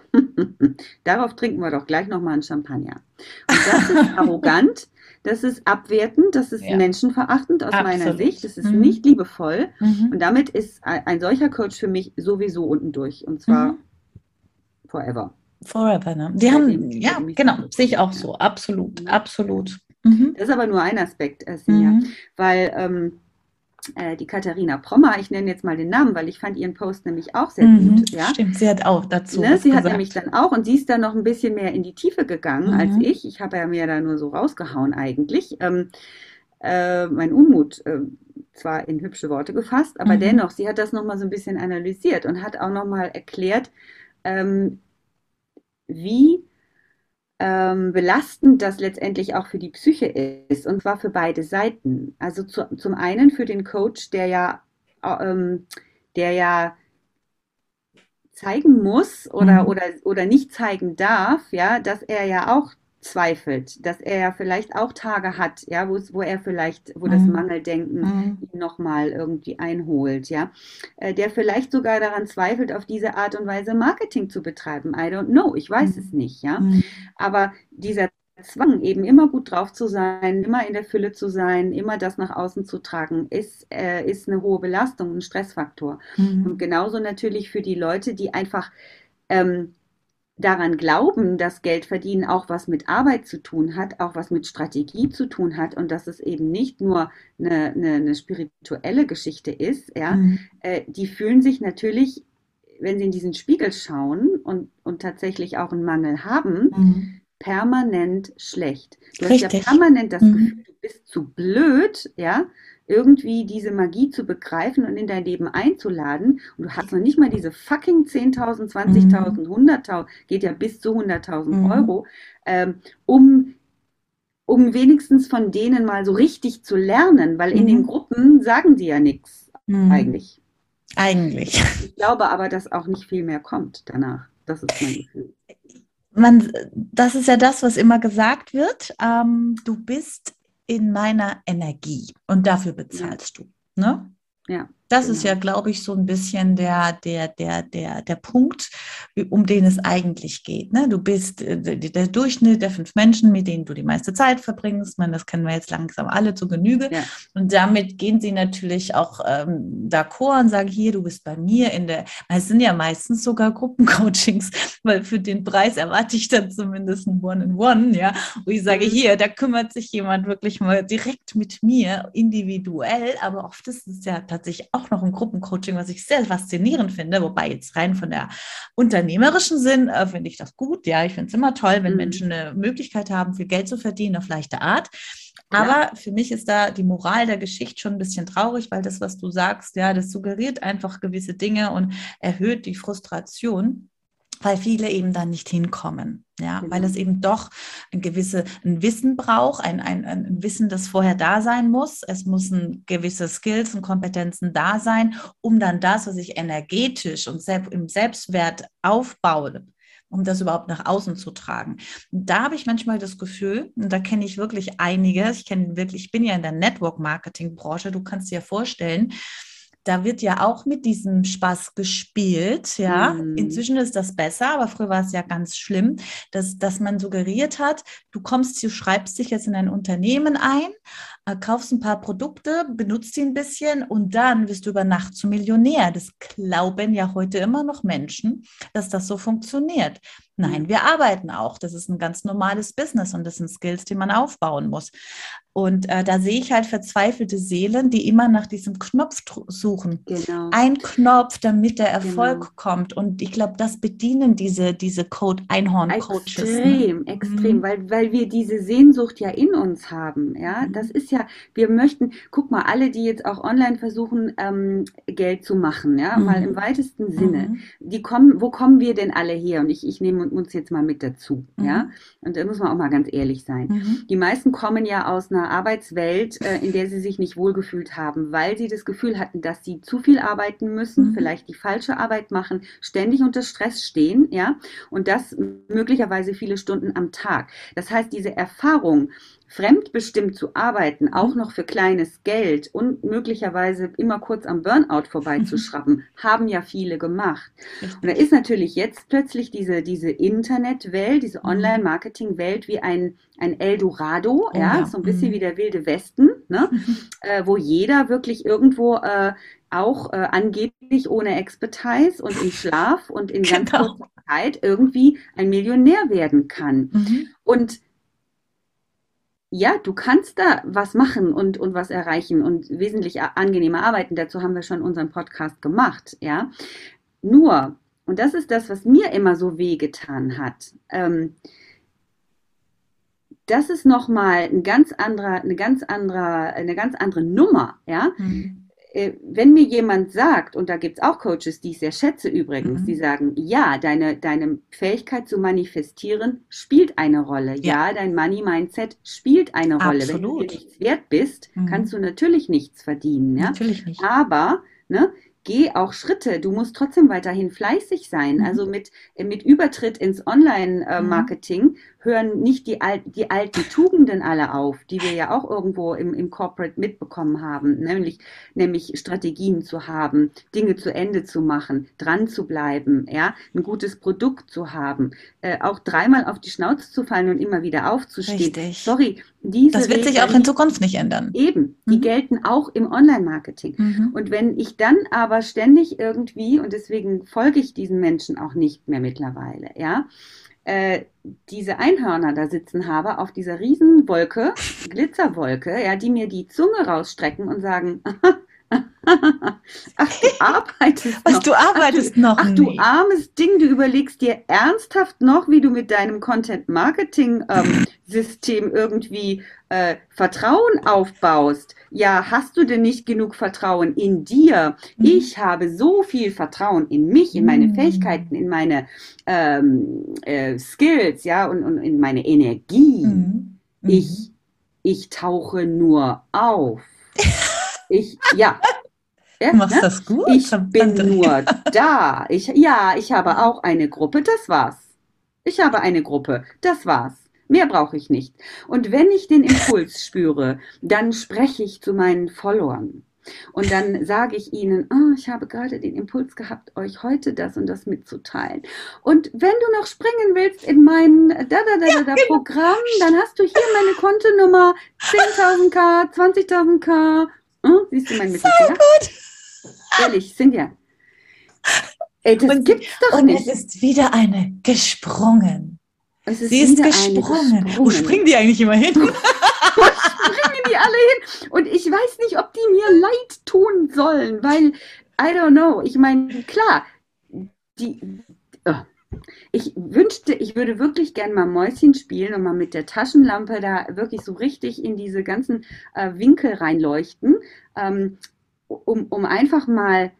Speaker 3: darauf trinken wir doch gleich nochmal einen Champagner. Und das ist arrogant, das ist abwertend, das ist
Speaker 2: Ja.
Speaker 3: menschenverachtend aus meiner
Speaker 2: Absolut.
Speaker 3: Sicht, das ist
Speaker 2: Mhm.
Speaker 3: nicht liebevoll.
Speaker 2: Mhm.
Speaker 3: Und damit ist ein, ein solcher Coach für mich sowieso unten durch. Und zwar
Speaker 2: Mhm.
Speaker 3: forever.
Speaker 2: Forever, ne? Die
Speaker 3: Seitdem-
Speaker 2: haben, ja,
Speaker 3: seitdem ich
Speaker 2: genau,
Speaker 3: das so
Speaker 2: sehe ich
Speaker 3: tue,
Speaker 2: auch
Speaker 3: ja.
Speaker 2: so, absolut,
Speaker 3: Mhm.
Speaker 2: absolut. Mhm.
Speaker 3: Das ist aber nur ein Aspekt, äh, Sinja.
Speaker 2: Mhm.
Speaker 3: Weil ähm, äh, die Katharina Prommer, ich nenne jetzt mal den Namen, weil ich fand ihren Post nämlich auch sehr
Speaker 2: Mhm.
Speaker 3: gut. Ja?
Speaker 2: Stimmt, sie hat auch dazu
Speaker 3: Ne,
Speaker 2: was
Speaker 3: sie hat
Speaker 2: gesagt.
Speaker 3: nämlich dann auch, und sie ist dann noch ein bisschen mehr in die Tiefe gegangen als
Speaker 2: Mhm.
Speaker 3: ich. Ich habe ja mir da nur so rausgehauen eigentlich. Ähm, äh, mein Unmut äh, zwar in hübsche Worte gefasst, aber
Speaker 2: Mhm.
Speaker 3: dennoch, sie hat das nochmal so ein bisschen analysiert und hat auch nochmal erklärt, ähm, wie ähm, belastend das letztendlich auch für die Psyche ist, und zwar für beide Seiten. Also zu, zum einen für den Coach, der ja, ähm, der ja zeigen muss oder,
Speaker 2: Mhm.
Speaker 3: oder, oder nicht zeigen darf, ja, dass er ja auch zweifelt, dass er ja vielleicht auch Tage hat, ja, wo es, wo er vielleicht, wo das
Speaker 2: Mhm.
Speaker 3: Mangeldenken
Speaker 2: Mhm.
Speaker 3: ihn nochmal irgendwie einholt, ja, äh, der vielleicht sogar daran zweifelt, auf diese Art und Weise Marketing zu betreiben. I don't know, ich weiß es
Speaker 2: Mhm.
Speaker 3: nicht, ja,
Speaker 2: Mhm.
Speaker 3: aber dieser Zwang, eben immer gut drauf zu sein, immer in der Fülle zu sein, immer das nach außen zu tragen, ist, äh, ist eine hohe Belastung, ein Stressfaktor. Und
Speaker 2: Mhm.
Speaker 3: genauso natürlich für die Leute, die einfach ähm, daran glauben, dass Geld verdienen auch was mit Arbeit zu tun hat, auch was mit Strategie zu tun hat, und dass es eben nicht nur eine, eine, eine spirituelle Geschichte ist, ja,
Speaker 2: Mhm.
Speaker 3: äh, die fühlen sich natürlich, wenn sie in diesen Spiegel schauen und, und tatsächlich auch einen Mangel haben,
Speaker 2: Mhm.
Speaker 3: permanent schlecht. Du hast ja
Speaker 2: Richtig.
Speaker 3: permanent das Gefühl,
Speaker 2: Mhm.
Speaker 3: du bist zu blöd, ja, irgendwie diese Magie zu begreifen und in dein Leben einzuladen. Und du hast noch nicht mal diese fucking zehntausend,
Speaker 2: Mhm.
Speaker 3: zwanzigtausend, hunderttausend, geht ja bis zu hunderttausend
Speaker 2: Mhm.
Speaker 3: Euro, ähm, um, um wenigstens von denen mal so richtig zu lernen, weil in den
Speaker 2: Mhm.
Speaker 3: Gruppen sagen die ja nichts
Speaker 2: Mhm.
Speaker 3: eigentlich.
Speaker 2: Eigentlich.
Speaker 3: Ich glaube aber, dass auch nicht viel mehr kommt danach. Das ist mein Gefühl.
Speaker 2: Man, das ist ja das, was immer gesagt wird. Ähm, du bist in meiner Energie und dafür
Speaker 3: Ja,
Speaker 2: bezahlst du. Ne?
Speaker 3: ja,
Speaker 2: Das ist ja,
Speaker 3: genau.
Speaker 2: glaube ich, so ein bisschen der, der, der, der, der Punkt, um den es eigentlich geht. Ne? Du bist äh, der Durchschnitt der fünf Menschen, mit denen du die meiste Zeit verbringst. Man, das kennen wir jetzt langsam alle zu Genüge.
Speaker 3: Ja,
Speaker 2: Und damit gehen sie natürlich auch ähm, d'accord und sagen, hier, du bist bei mir in der, es sind ja meistens sogar Gruppencoachings, weil für den Preis erwarte ich dann zumindest ein One-in-One, ja, wo ich sage,
Speaker 3: mhm.
Speaker 2: hier, da kümmert sich jemand wirklich mal direkt mit mir, individuell, aber oft ist es ja tatsächlich auch noch ein Gruppencoaching, was ich sehr faszinierend finde, wobei jetzt rein von der unternehmerischen Sinn äh, finde ich das gut, ja, ich finde es immer toll, wenn
Speaker 3: Mhm.
Speaker 2: Menschen eine Möglichkeit haben, viel Geld zu verdienen auf leichte Art.
Speaker 3: Klar.
Speaker 2: Aber für mich ist da die Moral der Geschichte schon ein bisschen traurig, weil das, was du sagst, ja, das suggeriert einfach gewisse Dinge und erhöht die Frustration, weil viele eben dann nicht hinkommen, ja, weil
Speaker 3: Genau.
Speaker 2: es eben doch ein gewisses ein Wissen braucht, ein, ein, ein Wissen, das vorher da sein muss. Es müssen gewisse Skills und Kompetenzen da sein, um dann das, was ich energetisch und selbst, im Selbstwert aufbaue, um das überhaupt nach außen zu tragen. Und da habe ich manchmal das Gefühl, und da kenne ich wirklich einige, ich kenne wirklich, ich bin ja in der Network-Marketing-Branche, du kannst dir ja vorstellen, da wird ja auch mit diesem Spaß gespielt, ja.
Speaker 3: Mhm.
Speaker 2: Inzwischen ist das besser, aber früher war es ja ganz schlimm, dass, dass man suggeriert hat, du kommst, du schreibst dich jetzt in ein Unternehmen ein, äh, kaufst ein paar Produkte, benutzt die ein bisschen und dann wirst du über Nacht zum Millionär. Das glauben ja heute immer noch Menschen, dass das so funktioniert.
Speaker 3: Ja.
Speaker 2: Nein, wir arbeiten auch. Das ist ein ganz normales Business und das sind Skills, die man aufbauen muss. Und äh, da sehe ich halt verzweifelte Seelen, die immer nach diesem Knopf suchen.
Speaker 3: Genau.
Speaker 2: Ein Knopf, damit der
Speaker 3: Genau.
Speaker 2: Erfolg kommt. Und ich glaube, das bedienen diese, diese Code-Einhorn-Coaches. Ne?
Speaker 3: Extrem, extrem,
Speaker 2: Mhm.
Speaker 3: weil, weil wir diese Sehnsucht ja in uns haben, ja. Das
Speaker 2: Mhm.
Speaker 3: ist ja, wir möchten, guck mal, alle, die jetzt auch online versuchen, ähm, Geld zu machen, ja, mal im
Speaker 2: Mhm.
Speaker 3: weitesten Sinne,
Speaker 2: Mhm.
Speaker 3: die kommen, wo kommen wir denn alle her? Und ich, ich nehme uns jetzt mal mit dazu, ja.
Speaker 2: Mhm.
Speaker 3: Und da muss man auch mal ganz ehrlich sein.
Speaker 2: Mhm.
Speaker 3: Die meisten kommen ja aus einer Arbeitswelt, äh, in der sie sich nicht wohlgefühlt haben, weil sie das Gefühl hatten, dass sie zu viel arbeiten müssen,
Speaker 2: Mhm.
Speaker 3: vielleicht die falsche Arbeit machen, ständig unter Stress stehen, ja. Und das möglicherweise viele Stunden am Tag. Das heißt, diese Erfahrung, fremdbestimmt zu arbeiten, auch noch für kleines Geld und möglicherweise immer kurz am Burnout
Speaker 2: Mhm.
Speaker 3: vorbeizuschrappen, haben ja viele gemacht. Und da ist
Speaker 2: Richtig.
Speaker 3: natürlich jetzt plötzlich diese, diese Internetwelt, diese
Speaker 2: Mhm.
Speaker 3: Online-Marketing-Welt wie ein, ein Eldorado,
Speaker 2: Oh
Speaker 3: ja,
Speaker 2: ja.
Speaker 3: so ein bisschen wie
Speaker 2: Mhm.
Speaker 3: der wilde Westen, ne? äh, wo jeder wirklich irgendwo äh, auch äh, angeblich ohne Expertise und im Schlaf und in ganz
Speaker 2: Genau.
Speaker 3: kurzer Zeit irgendwie ein Millionär werden kann.
Speaker 2: Mhm.
Speaker 3: Und ja, du kannst da was machen und, und was erreichen und wesentlich angenehmer arbeiten. Dazu haben wir schon unseren Podcast gemacht, ja. Nur, und das ist das, was mir immer so wehgetan hat, ähm, das ist nochmal ein ganz anderer, eine ganz andere, eine ganz andere Nummer, ja.
Speaker 2: Mhm.
Speaker 3: äh, wenn mir jemand sagt, und da gibt es auch Coaches, die ich sehr schätze übrigens,
Speaker 2: Mhm.
Speaker 3: die sagen, ja, deine, deine Fähigkeit zu manifestieren spielt eine Rolle.
Speaker 2: Ja.
Speaker 3: Ja, dein Money-Mindset spielt eine Rolle. Wenn du dir
Speaker 2: Absolut.
Speaker 3: nichts wert bist,
Speaker 2: Mhm.
Speaker 3: kannst du natürlich nichts verdienen. Ja?
Speaker 2: Natürlich nicht.
Speaker 3: Aber, ne, geh auch Schritte. Du musst trotzdem weiterhin fleißig sein.
Speaker 2: Mhm.
Speaker 3: Also mit, äh, mit Übertritt ins Online-Marketing hören nicht die, al die alten Tugenden alle auf, die wir ja auch irgendwo im, im Corporate mitbekommen haben, nämlich, nämlich Strategien zu haben, Dinge zu Ende zu machen, dran zu bleiben, ja, ein gutes Produkt zu haben, äh, auch dreimal auf die Schnauze zu fallen und immer wieder aufzustehen.
Speaker 2: Richtig.
Speaker 3: Sorry, diese
Speaker 2: Das wird sich auch in
Speaker 3: Regeln
Speaker 2: Zukunft nicht ändern.
Speaker 3: eben, die
Speaker 2: Mhm.
Speaker 3: gelten auch im Online-Marketing.
Speaker 2: Mhm.
Speaker 3: Und wenn ich dann aber ständig irgendwie, und deswegen folge ich diesen Menschen auch nicht mehr mittlerweile, ja, äh, diese Einhörner da sitzen habe auf dieser riesen Wolke, Glitzerwolke, ja, die mir die Zunge rausstrecken und sagen, ach, du arbeitest
Speaker 2: Was,
Speaker 3: noch.
Speaker 2: du arbeitest noch
Speaker 3: Ach du
Speaker 2: nicht.
Speaker 3: armes Ding, du überlegst dir ernsthaft noch, wie du mit deinem Content-Marketing-System irgendwie äh, Vertrauen aufbaust. Ja, hast du denn nicht genug Vertrauen in dir?
Speaker 2: Mhm.
Speaker 3: Ich habe so viel Vertrauen in mich, in meine
Speaker 2: Mhm.
Speaker 3: Fähigkeiten, in meine ähm, äh, Skills, ja, und, und in meine Energie.
Speaker 2: Mhm. Mhm.
Speaker 3: Ich, ich tauche nur auf. Ich, ja. Ja,
Speaker 2: Du machst
Speaker 3: ne?
Speaker 2: das gut,
Speaker 3: Ich bin
Speaker 2: Andrea.
Speaker 3: nur da. Ich, ja, ich habe auch eine Gruppe, das war's. Ich habe eine Gruppe, das war's. Mehr brauche ich nicht. Und wenn ich den Impuls spüre, dann spreche ich zu meinen Followern. Und dann sage ich ihnen, oh, ich habe gerade den Impuls gehabt, euch heute das und das mitzuteilen. Und wenn du noch springen willst in mein da da da da, da Programm, dann hast du hier meine Kontonummer zehntausend K, zwanzigtausend K. Hm, siehst du mein Mittelfinger? Ehrlich, Cynthia. Ey, das
Speaker 2: Und,
Speaker 3: gibt's doch
Speaker 2: und
Speaker 3: nicht.
Speaker 2: es ist wieder eine gesprungen.
Speaker 3: Es ist
Speaker 2: Sie ist
Speaker 3: wieder eine
Speaker 2: gesprungen. Wo
Speaker 3: gesprungen.
Speaker 2: springen die eigentlich immer hin?
Speaker 3: Wo springen die alle hin? Und ich weiß nicht, ob die mir leid tun sollen, weil, I don't know. Ich meine, klar, die, oh. Ich wünschte, ich würde wirklich gern mal Mäuschen spielen und mal mit der Taschenlampe da wirklich so richtig in diese ganzen äh, Winkel reinleuchten, ähm, um, um einfach mal,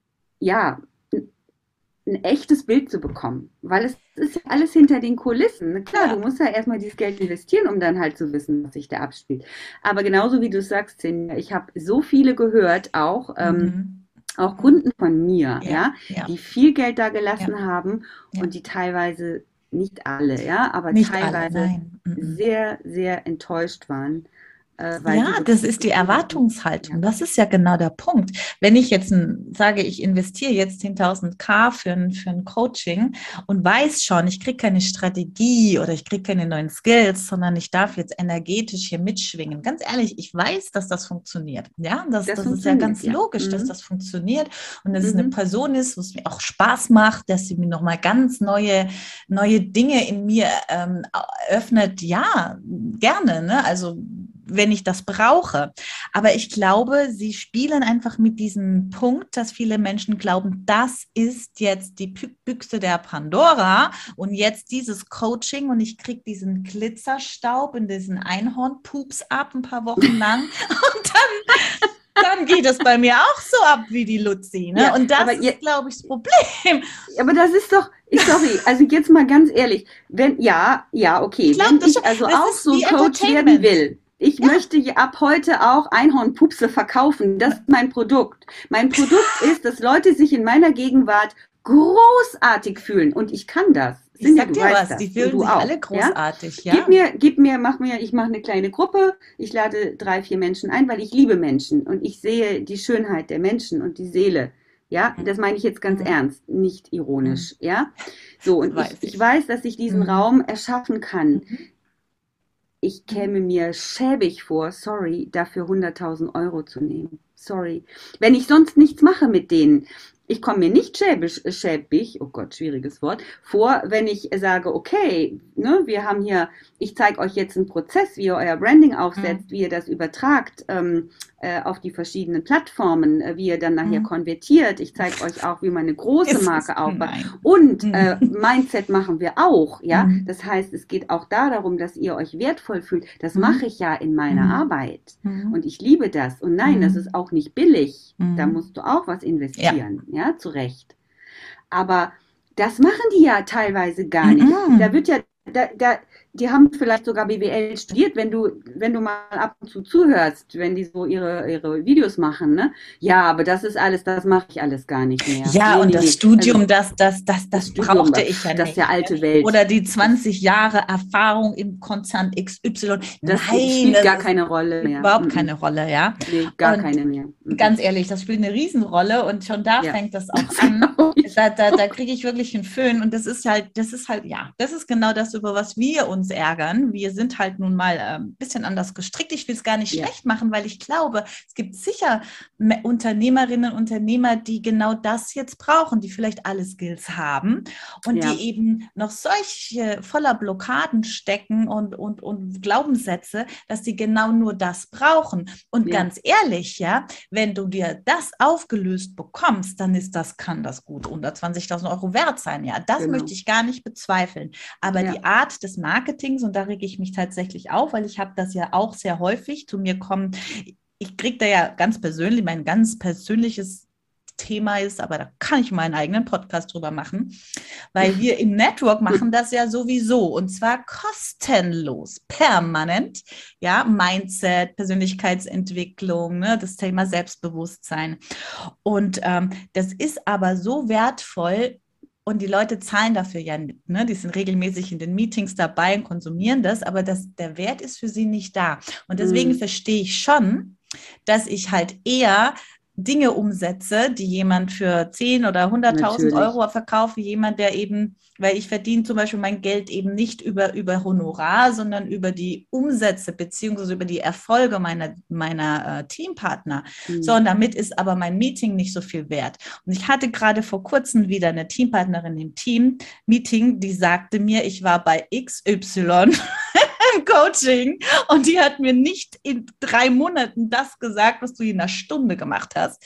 Speaker 3: ja, ein, ein echtes Bild zu bekommen. Weil es ist ja alles hinter den Kulissen. Klar,
Speaker 2: Ja.
Speaker 3: du musst ja erstmal dieses Geld investieren, um dann halt zu wissen, was sich da abspielt. Aber genauso wie du sagst, Cynthia, ich habe so viele gehört, auch, ähm,
Speaker 2: Mhm.
Speaker 3: auch Kunden von mir,
Speaker 2: Ja,
Speaker 3: ja,
Speaker 2: ja.
Speaker 3: die viel Geld da gelassen haben
Speaker 2: Ja.
Speaker 3: und die teilweise, nicht alle, ja, aber
Speaker 2: Nicht alle,
Speaker 3: teilweise
Speaker 2: nein. Mhm.
Speaker 3: sehr, sehr enttäuscht waren. Äh, weil sie
Speaker 2: Ja,
Speaker 3: wirklich
Speaker 2: das
Speaker 3: das
Speaker 2: ist die
Speaker 3: Gefühl hatten,
Speaker 2: Erwartungshaltung.
Speaker 3: ja.
Speaker 2: Das ist ja genau der Punkt. Wenn ich jetzt ein, sage, ich investiere jetzt zehntausend K für ein, für ein Coaching und weiß schon, ich kriege keine Strategie oder ich kriege keine neuen Skills, sondern ich darf jetzt energetisch hier mitschwingen. Ganz ehrlich, ich weiß, dass das funktioniert. Ja, das,
Speaker 3: Das
Speaker 2: das ist ja
Speaker 3: funktioniert,
Speaker 2: ganz
Speaker 3: ja.
Speaker 2: logisch, dass
Speaker 3: Mhm.
Speaker 2: das funktioniert und dass es eine
Speaker 3: Mhm.
Speaker 2: Person ist, wo es mir auch Spaß macht, dass sie mir nochmal ganz neue, neue Dinge in mir ähm, öffnet. Ja, gerne, ne? Also wenn ich das brauche. Aber ich glaube, sie spielen einfach mit diesem Punkt, dass viele Menschen glauben, das ist jetzt die Büchse der Pandora und jetzt dieses Coaching und ich kriege diesen Glitzerstaub in diesen Einhornpups ab ein paar Wochen lang und dann, dann geht es bei mir auch so ab wie die Luzi. Ne?
Speaker 3: Ja,
Speaker 2: und das
Speaker 3: aber
Speaker 2: ist,
Speaker 3: ihr-
Speaker 2: glaube ich, das Problem.
Speaker 3: Aber das ist doch, ich, sorry, also jetzt mal ganz ehrlich, wenn, ja, ja, okay,
Speaker 2: Ich glaub,
Speaker 3: wenn
Speaker 2: das
Speaker 3: ich
Speaker 2: schon-
Speaker 3: also
Speaker 2: das
Speaker 3: auch
Speaker 2: ist
Speaker 3: so
Speaker 2: wie
Speaker 3: Coach werden
Speaker 2: Entertainment.
Speaker 3: will, ich möchte je- ab heute auch Einhornpupse verkaufen, das ist mein Produkt. Mein Produkt ist, dass Leute sich in meiner Gegenwart großartig fühlen und ich kann das.
Speaker 2: Ich
Speaker 3: Cynthia,
Speaker 2: sag
Speaker 3: du
Speaker 2: dir
Speaker 3: weißt
Speaker 2: was,
Speaker 3: das
Speaker 2: die
Speaker 3: und
Speaker 2: fühlen
Speaker 3: du
Speaker 2: sich
Speaker 3: auch,
Speaker 2: alle
Speaker 3: ja?
Speaker 2: großartig. Ja?
Speaker 3: Gib mir, gib mir, mach mir, ich mache eine kleine Gruppe, ich lade drei, vier Menschen ein, weil ich liebe Menschen und ich sehe die Schönheit der Menschen und die Seele. Ja, das meine ich jetzt ganz
Speaker 2: Mhm.
Speaker 3: ernst, nicht ironisch, ja. So, und
Speaker 2: Weiß
Speaker 3: ich,
Speaker 2: ich.
Speaker 3: ich weiß, dass ich diesen
Speaker 2: Mhm.
Speaker 3: Raum erschaffen kann.
Speaker 2: Mhm.
Speaker 3: Ich käme mir schäbig vor, sorry, dafür hunderttausend Euro zu nehmen. Sorry. Wenn ich sonst nichts mache mit denen. Ich komme mir nicht schäbig, schäbig, oh Gott, schwieriges Wort, vor, wenn ich sage, okay, ne, wir haben hier, ich zeige euch jetzt einen Prozess, wie ihr euer Branding aufsetzt, mhm. wie ihr das übertragt ähm, äh, auf die verschiedenen Plattformen, äh, wie ihr dann nachher mhm. konvertiert. Ich zeige euch auch, wie man eine große Marke aufbaut. Und äh, Mindset machen wir auch, ja. Mhm. Das heißt, es geht auch da darum, dass ihr euch wertvoll fühlt. Das mhm. mache ich ja in meiner mhm. Arbeit. Mhm. Und ich liebe das. Und nein, mhm. das ist auch nicht billig. Mhm. Da musst du auch was investieren. Ja. Ja, zu Recht. Aber das machen die ja teilweise gar nicht. Mm-hmm. Da wird ja, da, da, die haben vielleicht sogar B W L studiert, wenn du, wenn du mal ab und zu zuhörst, wenn die so ihre, ihre Videos machen, ne? Ja, aber das ist alles, das mache ich alles gar nicht mehr.
Speaker 2: Ja,
Speaker 3: nee,
Speaker 2: und
Speaker 3: nee,
Speaker 2: das
Speaker 3: nee.
Speaker 2: Studium,
Speaker 3: also,
Speaker 2: das, das, das, das, das brauchte Studium, ich ja nicht.
Speaker 3: Das ist ja alte Welt.
Speaker 2: Oder die zwanzig Jahre Erfahrung im Konzern X Y.
Speaker 3: Das
Speaker 2: Nein,
Speaker 3: spielt
Speaker 2: das
Speaker 3: gar keine Rolle mehr.
Speaker 2: Überhaupt keine Rolle, ja.
Speaker 3: Nee, gar
Speaker 2: und
Speaker 3: keine mehr. Mhm.
Speaker 2: Ganz ehrlich, das spielt eine Riesenrolle und schon da ja. fängt das auch an. Da, da, da kriege ich wirklich einen Föhn und das ist halt, das ist halt, ja, das ist genau das, über was wir uns ärgern. Wir sind halt nun mal ein äh, bisschen anders gestrickt. Ich will es gar nicht ja. schlecht machen, weil ich glaube, es gibt sicher Unternehmerinnen und Unternehmer, die genau das jetzt brauchen, die vielleicht alle Skills haben und ja. die eben noch solche voller Blockaden stecken und, und, und Glaubenssätze, dass die genau nur das brauchen. Und ja. ganz ehrlich, ja, wenn du dir das aufgelöst bekommst, dann ist das, kann das gut unter zwanzigtausend Euro wert sein. Ja, das genau. möchte ich gar nicht bezweifeln. Aber ja. die Art des Marketings, und da rege ich mich tatsächlich auf, weil ich habe das ja auch sehr häufig, zu mir kommen, ich kriege da ja ganz persönlich, mein ganz persönliches Thema ist, aber da kann ich meinen eigenen Podcast drüber machen, weil wir im Network machen das ja sowieso und zwar kostenlos, permanent, ja, Mindset, Persönlichkeitsentwicklung, ne, das Thema Selbstbewusstsein und ähm, das ist aber so wertvoll. Und die Leute zahlen dafür ja mit, ne? Die sind regelmäßig in den Meetings dabei und konsumieren das, aber das, der Wert ist für sie nicht da. Und deswegen mhm. verstehe ich schon, dass ich halt eher Dinge umsetze, die jemand für zehn oder hunderttausend Euro verkauft, wie jemand, der eben, weil ich verdiene zum Beispiel mein Geld eben nicht über, über Honorar, sondern über die Umsätze beziehungsweise über die Erfolge meiner, meiner äh, Teampartner. Mhm. So, und damit ist aber mein Meeting nicht so viel wert. Und ich hatte gerade vor kurzem wieder eine Teampartnerin im Team-Meeting, die sagte mir, ich war bei X Y Coaching und die hat mir nicht in drei Monaten das gesagt, was du in einer Stunde gemacht hast.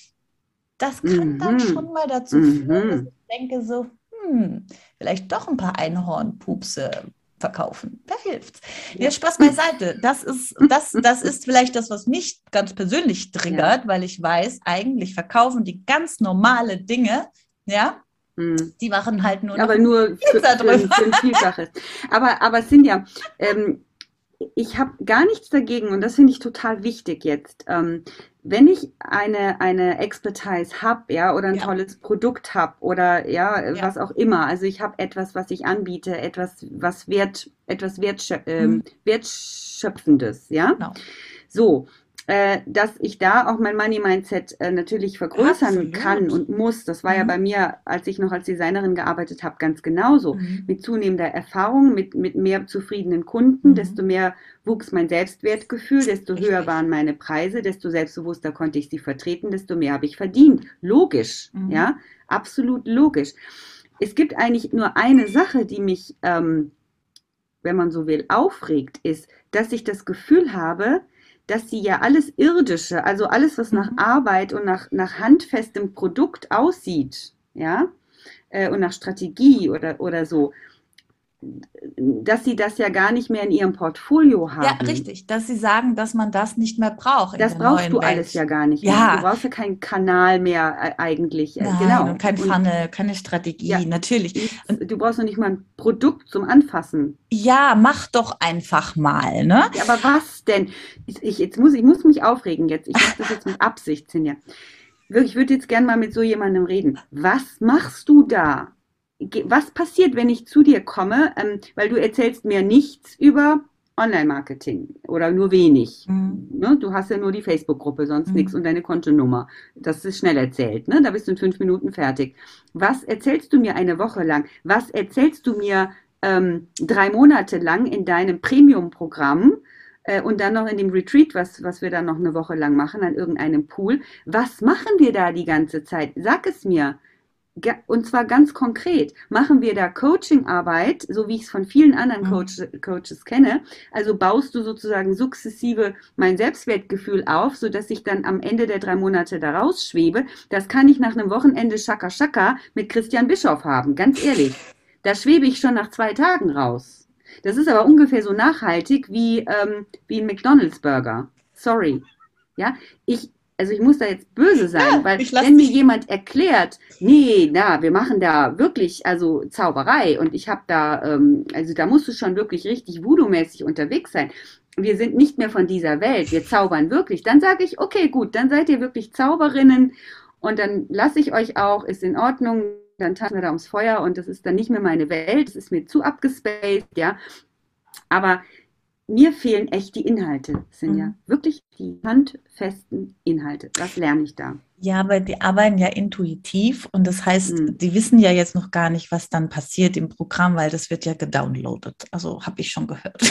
Speaker 2: Das kann mhm. dann schon mal dazu mhm. führen, dass ich denke so, hm, vielleicht doch ein paar Einhornpupse verkaufen. Da hilft's. Ja. Ja, Spaß beiseite. Das ist, das, das ist vielleicht das, was mich ganz persönlich triggert, ja. weil ich weiß, eigentlich verkaufen die ganz normale Dinge, ja, die machen halt nur,
Speaker 3: aber nur für, für, für ein Vielfaches. Aber, aber Cynthia, ähm, ich habe gar nichts dagegen und das finde ich total wichtig jetzt. Ähm, wenn ich eine, eine Expertise habe, ja, oder ein ja. tolles Produkt habe oder ja, ja, was auch immer. Also ich habe etwas, was ich anbiete, etwas, was wert, etwas wertschö ähm, mhm. wertschöpfendes, ja. Genau. So. Dass ich da auch mein Money-Mindset äh, natürlich vergrößern Absolut. kann und muss. Das war mhm. ja bei mir, als ich noch als Designerin gearbeitet habe, ganz genauso. Mhm. Mit zunehmender Erfahrung, mit, mit mehr zufriedenen Kunden, mhm. desto mehr wuchs mein Selbstwertgefühl, desto Richtig. höher waren meine Preise, desto selbstbewusster konnte ich sie vertreten, desto mehr habe ich verdient. Logisch, mhm. ja, absolut logisch. Es gibt eigentlich nur eine Sache, die mich, ähm, wenn man so will, aufregt, ist, dass ich das Gefühl habe, dass sie ja alles Irdische, also alles, was nach Arbeit und nach, nach handfestem Produkt aussieht, ja, äh, und nach Strategie oder, oder so, dass sie das ja gar nicht mehr in ihrem Portfolio haben.
Speaker 2: Ja, richtig, dass sie sagen, dass man das nicht mehr braucht.
Speaker 3: Das brauchst du Welt. alles ja gar nicht mehr. Ja. Du brauchst ja keinen Kanal mehr äh, eigentlich.
Speaker 2: Nein,
Speaker 3: genau.
Speaker 2: Und kein Funnel, keine Strategie, ja, natürlich.
Speaker 3: Und du brauchst noch nicht mal ein Produkt zum Anfassen.
Speaker 2: Ja, mach doch einfach mal, ne?
Speaker 3: Ja, aber was denn? Ich, ich, jetzt muss, ich muss mich aufregen jetzt. Ich mache das jetzt mit Absicht, Cynthia. Wirklich, ich würde jetzt gerne mal mit so jemandem reden. Was machst du da? Was passiert, wenn ich zu dir komme, ähm, weil du erzählst mir nichts über Online-Marketing oder nur wenig. Mhm. Ne? Du hast ja nur die Facebook-Gruppe, sonst mhm. nichts und deine Kontonummer. Das ist schnell erzählt, ne? Da bist du in fünf Minuten fertig. Was erzählst du mir eine Woche lang? Was erzählst du mir ähm, drei Monate lang in deinem Premium-Programm, äh, und dann noch in dem Retreat, was, was wir dann noch eine Woche lang machen, an irgendeinem Pool. Was machen wir da die ganze Zeit? Sag es mir. Und zwar ganz konkret. Machen wir da Coaching-Arbeit, so wie ich es von vielen anderen Coach, Coaches kenne? Also baust du sozusagen sukzessive mein Selbstwertgefühl auf, sodass ich dann am Ende der drei Monate da rausschwebe. Das kann ich nach einem Wochenende Shaka Shaka mit Christian Bischoff haben, ganz ehrlich. Da schwebe ich schon nach zwei Tagen raus. Das ist aber ungefähr so nachhaltig wie, ähm, wie ein McDonald's-Burger. Sorry. Ja, ich... Also ich muss da jetzt böse sein, ja, weil wenn mir jemand erklärt, nee, na, wir machen da wirklich, also Zauberei und ich habe da, ähm, also da musst du schon wirklich richtig Voodoo-mäßig unterwegs sein. Wir sind nicht mehr von dieser Welt, wir zaubern wirklich. Dann sage ich, okay, gut, dann seid ihr wirklich Zauberinnen und dann lasse ich euch auch, ist in Ordnung, dann tanzen wir da ums Feuer und das ist dann nicht mehr meine Welt, das ist mir zu abgespaced, ja. Aber mir fehlen echt die Inhalte, Sinja. Mhm. Wirklich die handfesten Inhalte. Was lerne ich da?
Speaker 2: Ja, aber die arbeiten ja intuitiv und das heißt, mhm. die wissen ja jetzt noch gar nicht, was dann passiert im Programm, weil das wird ja gedownloadet. Also habe ich schon gehört.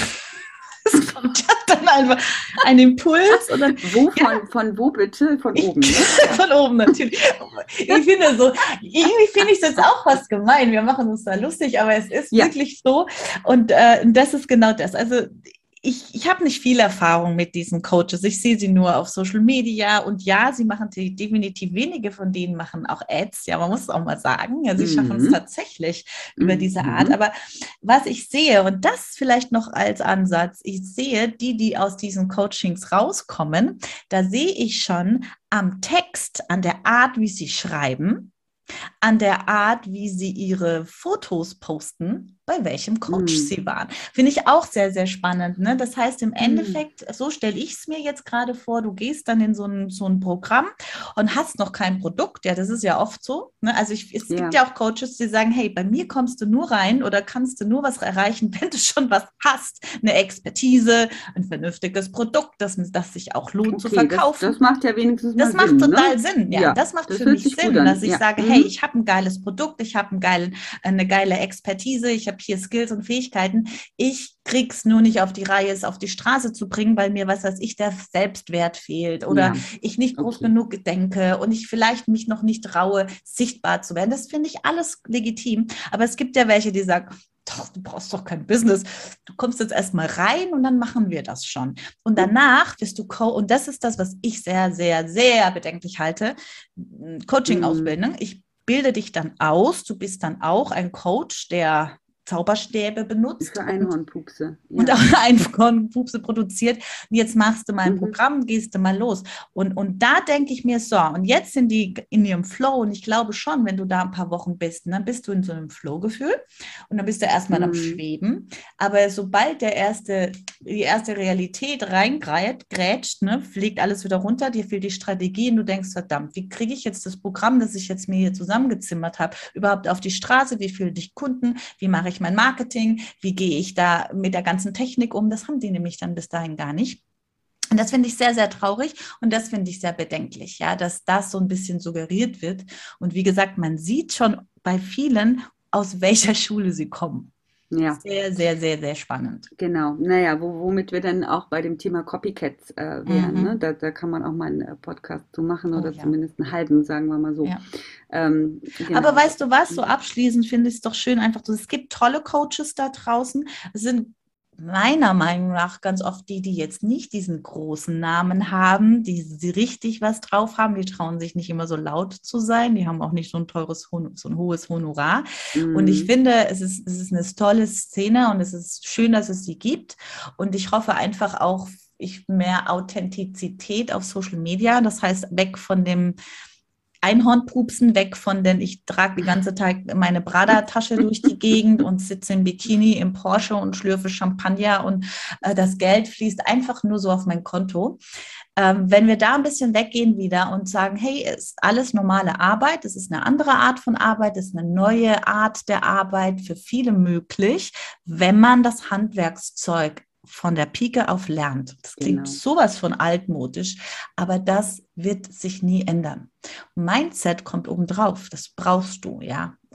Speaker 2: Es kommt ja dann einfach ein Impuls. Und dann,
Speaker 3: wo, von, ja. von wo bitte? Von oben. Ne?
Speaker 2: Von oben natürlich. Ich finde so, irgendwie finde ich es jetzt auch was gemein. Wir machen uns da lustig, aber es ist ja. wirklich so. Und äh, das ist genau das. Also Ich, ich habe nicht viel Erfahrung mit diesen Coaches. Ich sehe sie nur auf Social Media und ja, sie machen die, definitiv wenige von denen machen auch Ads. Ja, man muss es auch mal sagen. Ja, sie mhm. schaffen es tatsächlich mhm. über diese Art. Aber was ich sehe, und das vielleicht noch als Ansatz, ich sehe die, die aus diesen Coachings rauskommen, da sehe ich schon am Text, an der Art, wie sie schreiben, an der Art, wie sie ihre Fotos posten, bei welchem Coach mm. sie waren. Finde ich auch sehr, sehr spannend. Ne? Das heißt, im Endeffekt, mm. so stelle ich es mir jetzt gerade vor, du gehst dann in so ein, so ein Programm und hast noch kein Produkt. Ja, das ist ja oft so. Ne? Also ich, es ja. gibt ja auch Coaches, die sagen, hey, bei mir kommst du nur rein oder kannst du nur was erreichen, wenn du schon was hast. Eine Expertise, ein vernünftiges Produkt, das, das sich auch lohnt okay, zu verkaufen.
Speaker 3: Das, das macht ja wenigstens mal
Speaker 2: Das macht
Speaker 3: Sinn,
Speaker 2: total
Speaker 3: ne?
Speaker 2: Sinn. Ja,
Speaker 3: ja,
Speaker 2: das macht
Speaker 3: das
Speaker 2: für mich Sinn, dass ich
Speaker 3: ja.
Speaker 2: sage,
Speaker 3: mhm.
Speaker 2: hey, ich habe ein geiles Produkt, ich habe ein eine geile Expertise, ich habe hier Skills und Fähigkeiten. Ich krieg's nur nicht auf die Reihe, es auf die Straße zu bringen, weil mir, was weiß ich, der Selbstwert fehlt oder ja. ich nicht groß okay. genug denke und ich vielleicht mich noch nicht traue, sichtbar zu werden. Das finde ich alles legitim. Aber es gibt ja welche, die sagen, doch, du brauchst doch kein Business. Du kommst jetzt erstmal rein und dann machen wir das schon. Und danach wirst du Co- und das ist das, was ich sehr, sehr, sehr bedenklich halte, Coaching-Ausbildung. Ich bilde dich dann aus. Du bist dann auch ein Coach, der Zauberstäbe benutzt.
Speaker 3: Für Einhornpupse.
Speaker 2: Ja. Und auch Einhornpupse produziert. Und jetzt machst du mal ein mhm. Programm, gehst du mal los. Und, und da denke ich mir so, und jetzt sind die in ihrem Flow und ich glaube schon, wenn du da ein paar Wochen bist, dann bist du in so einem Flow-Gefühl und dann bist du erstmal mhm. am Schweben. Aber sobald der erste, die erste Realität reingrätscht, ne, fliegt alles wieder runter, dir fehlt die Strategie und du denkst, verdammt, wie kriege ich jetzt das Programm, das ich jetzt mir hier zusammengezimmert habe, überhaupt auf die Straße? Wie fühlen dich Kunden? Wie mache ich mein Marketing, wie gehe ich da mit der ganzen Technik um, das haben die nämlich dann bis dahin gar nicht. Und das finde ich sehr, sehr traurig und das finde ich sehr bedenklich, ja, dass das so ein bisschen suggeriert wird. Und wie gesagt, man sieht schon bei vielen, aus welcher Schule sie kommen. Ja. Sehr, sehr, sehr, sehr spannend.
Speaker 3: Genau, naja, wo, womit wir dann auch bei dem Thema Copycats äh, wären. Mhm. Ne? Da, da kann man auch mal einen Podcast zu machen oder oh, ja. zumindest einen halben, sagen wir mal so. Ja.
Speaker 2: Ähm, genau. Aber weißt du was, so abschließend finde ich es doch schön, einfach so, es gibt tolle Coaches da draußen, es sind meiner Meinung nach ganz oft die, die jetzt nicht diesen großen Namen haben, die, die richtig was drauf haben, die trauen sich nicht immer so laut zu sein, die haben auch nicht so ein teures, so ein hohes Honorar. Mhm. Und ich finde, es ist, es ist eine tolle Szene und es ist schön, dass es sie gibt. Und ich hoffe einfach auch, ich mehr Authentizität auf Social Media, das heißt weg von dem Einhornpupsen, weg von den, ich trage die ganze Zeit meine Prada-Tasche durch die Gegend und sitze im Bikini im Porsche und schlürfe Champagner und äh, das Geld fließt einfach nur so auf mein Konto. Ähm, wenn wir da ein bisschen weggehen wieder und sagen, hey, es ist alles normale Arbeit, es ist eine andere Art von Arbeit, es ist eine neue Art der Arbeit für viele möglich, wenn man das Handwerkszeug von der Pike auf lernt. Das klingt genau. sowas von altmodisch, aber das wird sich nie ändern. Mindset kommt obendrauf, das brauchst du, ja.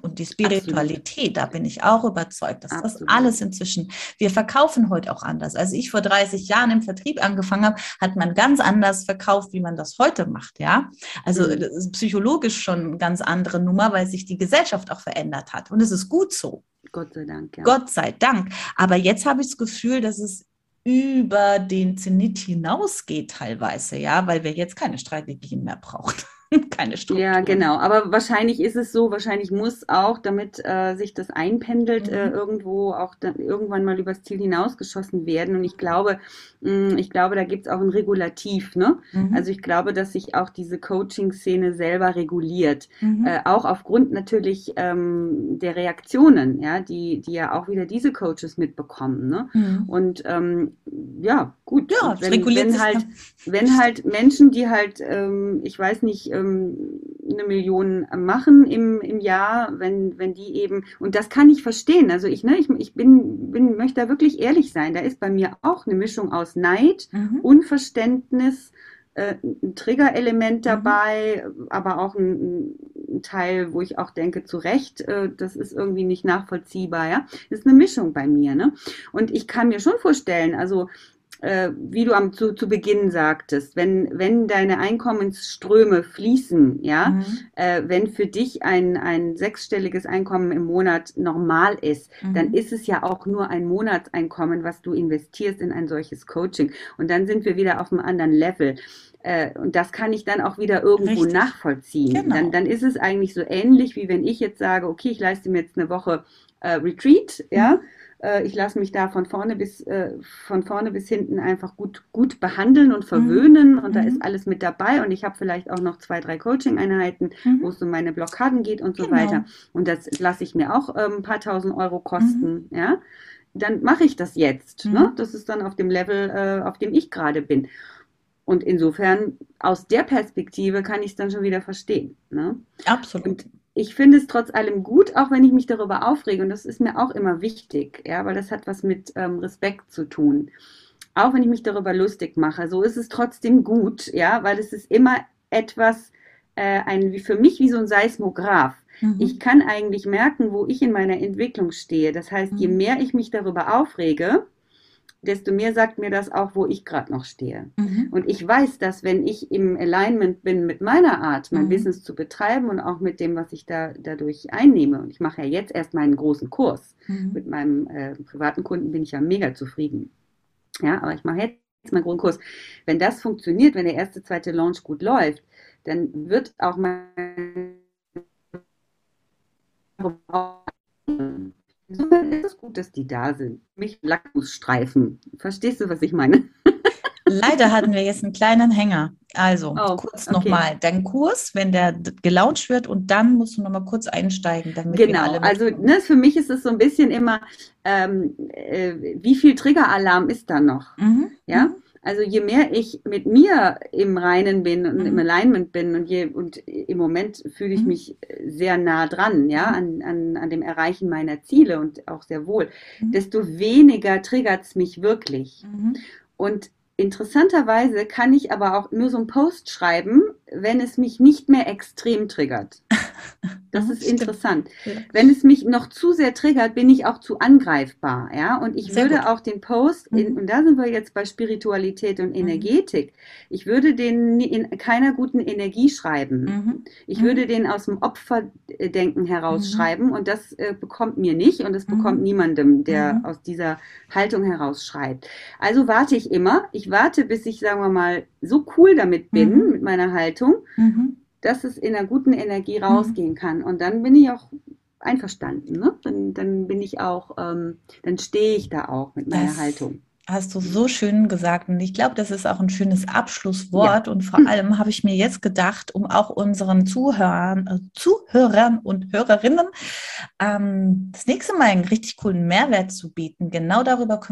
Speaker 2: Und die Spiritualität,
Speaker 3: Absolut.
Speaker 2: da bin ich auch überzeugt, dass
Speaker 3: Absolut.
Speaker 2: das alles inzwischen, wir verkaufen heute auch anders. Als ich vor dreißig Jahren im Vertrieb angefangen habe, hat man ganz anders verkauft, wie man das heute macht, ja. Also
Speaker 3: Mhm.
Speaker 2: das ist psychologisch schon eine ganz andere Nummer, weil sich die Gesellschaft auch verändert hat. Und es ist gut so.
Speaker 3: Gott sei Dank, ja.
Speaker 2: Gott sei Dank. Aber jetzt habe ich das Gefühl, dass es über den Zenit hinausgeht teilweise, ja, weil wir jetzt keine Strategien mehr brauchen. Keine Struktur.
Speaker 3: Ja, genau. Aber wahrscheinlich ist es so, wahrscheinlich muss auch, damit äh, sich das einpendelt,
Speaker 2: Mhm.
Speaker 3: äh, irgendwo auch dann irgendwann mal übers Ziel hinausgeschossen werden. Und ich glaube, mh, ich glaube, da gibt es auch ein Regulativ, ne?
Speaker 2: Mhm.
Speaker 3: Also ich glaube, dass sich auch diese Coaching-Szene selber reguliert.
Speaker 2: Mhm.
Speaker 3: Äh, auch aufgrund natürlich ähm, der Reaktionen, ja, die, die ja auch wieder diese Coaches mitbekommen, ne?
Speaker 2: Mhm.
Speaker 3: Und ähm, ja, gut.
Speaker 2: Ja,
Speaker 3: Und
Speaker 2: es
Speaker 3: wenn,
Speaker 2: reguliert
Speaker 3: wenn
Speaker 2: sich
Speaker 3: halt,
Speaker 2: dann.
Speaker 3: wenn halt Menschen, die halt, ähm, ich weiß nicht, ähm, eine Million machen im, im Jahr, wenn, wenn die eben, und das kann ich verstehen, also ich, ne, ich, ich bin, bin, möchte da wirklich ehrlich sein, da ist bei mir auch eine Mischung aus Neid,
Speaker 2: Mhm.
Speaker 3: Unverständnis, äh, ein Triggerelement
Speaker 2: Mhm.
Speaker 3: dabei, aber auch ein, ein Teil, wo ich auch denke, zu Recht, äh, das ist irgendwie nicht nachvollziehbar, ja, das ist eine Mischung bei mir, ne, und ich kann mir schon vorstellen, also äh, wie du am, zu, zu Beginn sagtest, wenn, wenn deine Einkommensströme fließen, ja,
Speaker 2: Mhm.
Speaker 3: äh, wenn für dich ein, ein sechsstelliges Einkommen im Monat normal ist, dann
Speaker 2: Mhm.
Speaker 3: ist es ja auch nur ein Monatseinkommen, was du investierst in ein solches Coaching. Und dann sind wir wieder auf einem anderen Level. Äh, und das kann ich dann auch wieder irgendwo
Speaker 2: Richtig.
Speaker 3: nachvollziehen.
Speaker 2: Genau.
Speaker 3: Dann, dann ist es eigentlich so ähnlich, wie wenn ich jetzt sage, okay, ich leiste mir jetzt eine Woche äh, Retreat, ja,
Speaker 2: Mhm.
Speaker 3: ich lasse mich da von vorne bis, äh, von vorne bis hinten einfach gut, gut behandeln und
Speaker 2: Mhm.
Speaker 3: verwöhnen und da
Speaker 2: Mhm.
Speaker 3: ist alles mit dabei und ich habe vielleicht auch noch zwei, drei Coaching-Einheiten, wo
Speaker 2: Mhm.
Speaker 3: es um meine Blockaden geht und so
Speaker 2: Genau.
Speaker 3: weiter und das lasse ich mir auch ähm, ein paar tausend Euro
Speaker 2: Mhm.
Speaker 3: kosten, ja, dann mache ich das jetzt, ne?
Speaker 2: Mhm.
Speaker 3: Das ist dann auf dem Level, äh, auf dem ich gerade bin und insofern aus der Perspektive kann ich es dann schon wieder verstehen, ne?
Speaker 2: Absolut.
Speaker 3: Und ich finde es trotz allem gut, auch wenn ich mich darüber aufrege. Und das ist mir auch immer wichtig, ja, weil das hat was mit ähm, Respekt zu tun. Auch wenn ich mich darüber lustig mache, so ist es trotzdem gut, ja, weil es ist immer etwas, äh, ein, wie für mich wie so ein Seismograph. Ich
Speaker 2: Mhm.
Speaker 3: kann eigentlich merken, wo ich in meiner Entwicklung stehe. Das heißt, je
Speaker 2: Mhm.
Speaker 3: mehr ich mich darüber aufrege, desto mehr sagt mir das auch, wo ich gerade noch stehe.
Speaker 2: Mhm.
Speaker 3: Und ich weiß, dass wenn ich im Alignment bin mit meiner Art, mein
Speaker 2: Mhm.
Speaker 3: Business zu betreiben und auch mit dem, was ich da dadurch einnehme, und ich mache ja jetzt erst meinen großen Kurs,
Speaker 2: Mhm.
Speaker 3: mit meinem äh, privaten Kunden bin ich ja mega zufrieden. Ja, aber ich mache jetzt meinen großen Kurs. Wenn das funktioniert, wenn der erste, zweite Launch gut läuft, dann wird auch mein Insofern ist es gut, dass die da sind. Mich Lackmusstreifen. Verstehst du, was ich meine?
Speaker 2: Leider hatten wir jetzt einen kleinen Hänger. Also
Speaker 3: Oh,
Speaker 2: kurz
Speaker 3: okay.
Speaker 2: nochmal dein Kurs, wenn der d- gelauncht wird und dann musst du nochmal kurz einsteigen, damit wir
Speaker 3: Genau,
Speaker 2: alle
Speaker 3: also
Speaker 2: mitkommen.
Speaker 3: ne, für mich ist es so ein bisschen immer, ähm, äh, wie viel Triggeralarm ist da noch?
Speaker 2: Mhm.
Speaker 3: Ja,
Speaker 2: Mhm.
Speaker 3: also je mehr ich mit mir im Reinen bin und im
Speaker 2: Mhm.
Speaker 3: Alignment bin und, je, und im Moment fühle ich
Speaker 2: Mhm.
Speaker 3: mich sehr nah dran, ja,
Speaker 2: Mhm.
Speaker 3: an, an, an dem Erreichen meiner Ziele und auch sehr wohl,
Speaker 2: Mhm.
Speaker 3: desto weniger triggert es mich wirklich.
Speaker 2: Mhm.
Speaker 3: Und interessanterweise kann ich aber auch nur so einen Post schreiben, wenn es mich nicht mehr extrem triggert. Das
Speaker 2: Mhm.
Speaker 3: ist
Speaker 2: Stimmt.
Speaker 3: interessant.
Speaker 2: Ja.
Speaker 3: Wenn es mich noch zu sehr triggert, bin ich auch zu angreifbar, ja. Und ich
Speaker 2: Sehr
Speaker 3: würde
Speaker 2: gut.
Speaker 3: auch den Post, in,
Speaker 2: Mhm.
Speaker 3: und da sind wir jetzt bei Spiritualität und
Speaker 2: Mhm.
Speaker 3: Energetik, ich würde den nie- in keiner guten Energie schreiben.
Speaker 2: Mhm.
Speaker 3: Ich
Speaker 2: Mhm.
Speaker 3: würde den aus dem Opferdenken
Speaker 2: Mhm.
Speaker 3: herausschreiben und das äh, bekommt mir nicht und das bekommt
Speaker 2: Mhm.
Speaker 3: niemandem, der
Speaker 2: Mhm.
Speaker 3: aus dieser Haltung heraus schreibt. Also warte ich immer. Ich warte, bis ich, sagen wir mal, so cool damit bin,
Speaker 2: Mhm.
Speaker 3: mit meiner Haltung,
Speaker 2: Mhm.
Speaker 3: dass es in einer guten Energie
Speaker 2: Mhm.
Speaker 3: rausgehen kann. Und dann bin ich auch einverstanden. Ne? Dann, dann bin ich auch, ähm, dann stehe ich da auch mit meiner
Speaker 2: Das
Speaker 3: Haltung.
Speaker 2: hast du so schön gesagt. Und ich glaube, das ist auch ein schönes
Speaker 3: Ja.
Speaker 2: Abschlusswort. Und vor allem habe ich mir jetzt gedacht, um auch unseren Zuhörern, äh, Zuhörern und Hörerinnen ähm, das nächste Mal einen richtig coolen Mehrwert zu bieten. Genau darüber können wir sprechen.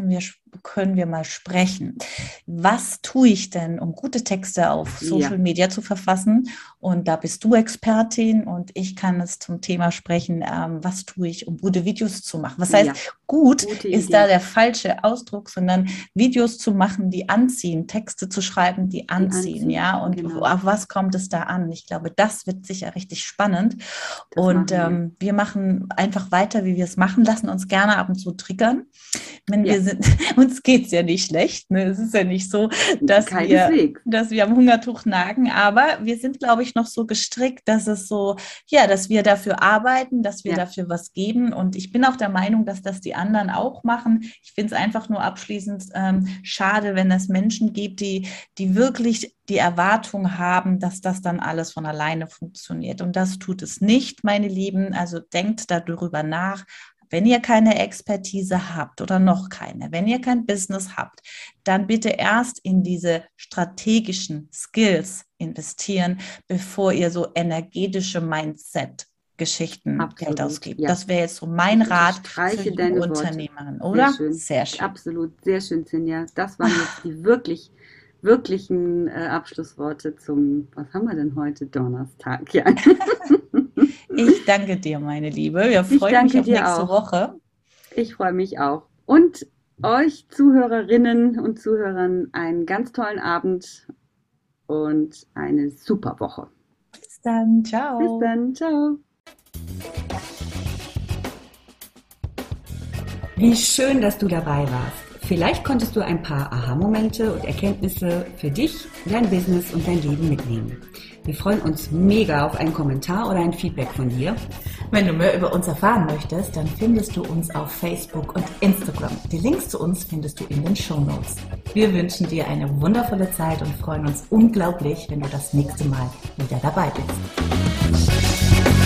Speaker 2: können wir mal sprechen. Was tue ich denn, um gute Texte auf Social ja. Media zu verfassen? Und da bist du Expertin und ich kann es zum Thema sprechen, ähm, was tue ich, um gute Videos zu machen? Was heißt, ja. gut Gute ist Idee. Da der falsche Ausdruck, sondern Videos zu machen, die anziehen, Texte zu schreiben, die anziehen, die anziehen ja. Und genau. auf was kommt es da an? Ich glaube, das wird sicher richtig spannend. Das und wir. Ähm, wir machen einfach weiter, wie wir es machen, lassen uns gerne ab und zu triggern. Wenn ja. wir sind, uns geht es ja nicht schlecht. Ne? Es ist ja nicht so, dass wir, dass wir am Hungertuch nagen, aber wir sind, glaube ich, noch so gestrickt, dass es so, ja, dass wir dafür arbeiten, dass wir ja. dafür was geben. Und ich bin auch der Meinung, dass das die anderen auch machen. Ich finde es einfach nur abschließend ähm, schade, wenn es Menschen gibt, die, die wirklich die Erwartung haben, dass das dann alles von alleine funktioniert. Und das tut es nicht, meine Lieben. Also denkt darüber nach. Wenn ihr keine Expertise habt oder noch keine, wenn ihr kein Business habt, dann bitte erst in diese strategischen Skills investieren, bevor ihr so energetische Mindset-Geschichten Absolut, Geld ausgibt. Ja. Das wäre jetzt so mein Rat für die Unternehmerin, oder?
Speaker 3: Sehr schön.
Speaker 2: Sehr schön.
Speaker 3: Absolut, sehr schön, Sinja. Das waren jetzt die wirklich, wirklichen äh, Abschlussworte zum, was haben wir denn heute? Donnerstag, ja.
Speaker 2: Ich danke dir, meine Liebe. Wir freuen mich auf nächste
Speaker 3: auch.
Speaker 2: Woche.
Speaker 3: Ich freue mich auch. Und euch Zuhörerinnen und Zuhörern einen ganz tollen Abend und eine super Woche.
Speaker 2: Bis dann. Ciao.
Speaker 3: Bis dann. Ciao.
Speaker 1: Wie schön, dass du dabei warst. Vielleicht konntest du ein paar Aha-Momente und Erkenntnisse für dich, dein Business und dein Leben mitnehmen. Wir freuen uns mega auf einen Kommentar oder ein Feedback von dir.
Speaker 2: Wenn du mehr über uns erfahren möchtest, dann findest du uns auf Facebook und Instagram. Die Links zu uns findest du in den Shownotes. Wir wünschen dir eine wundervolle Zeit und freuen uns unglaublich, wenn du das nächste Mal wieder dabei bist.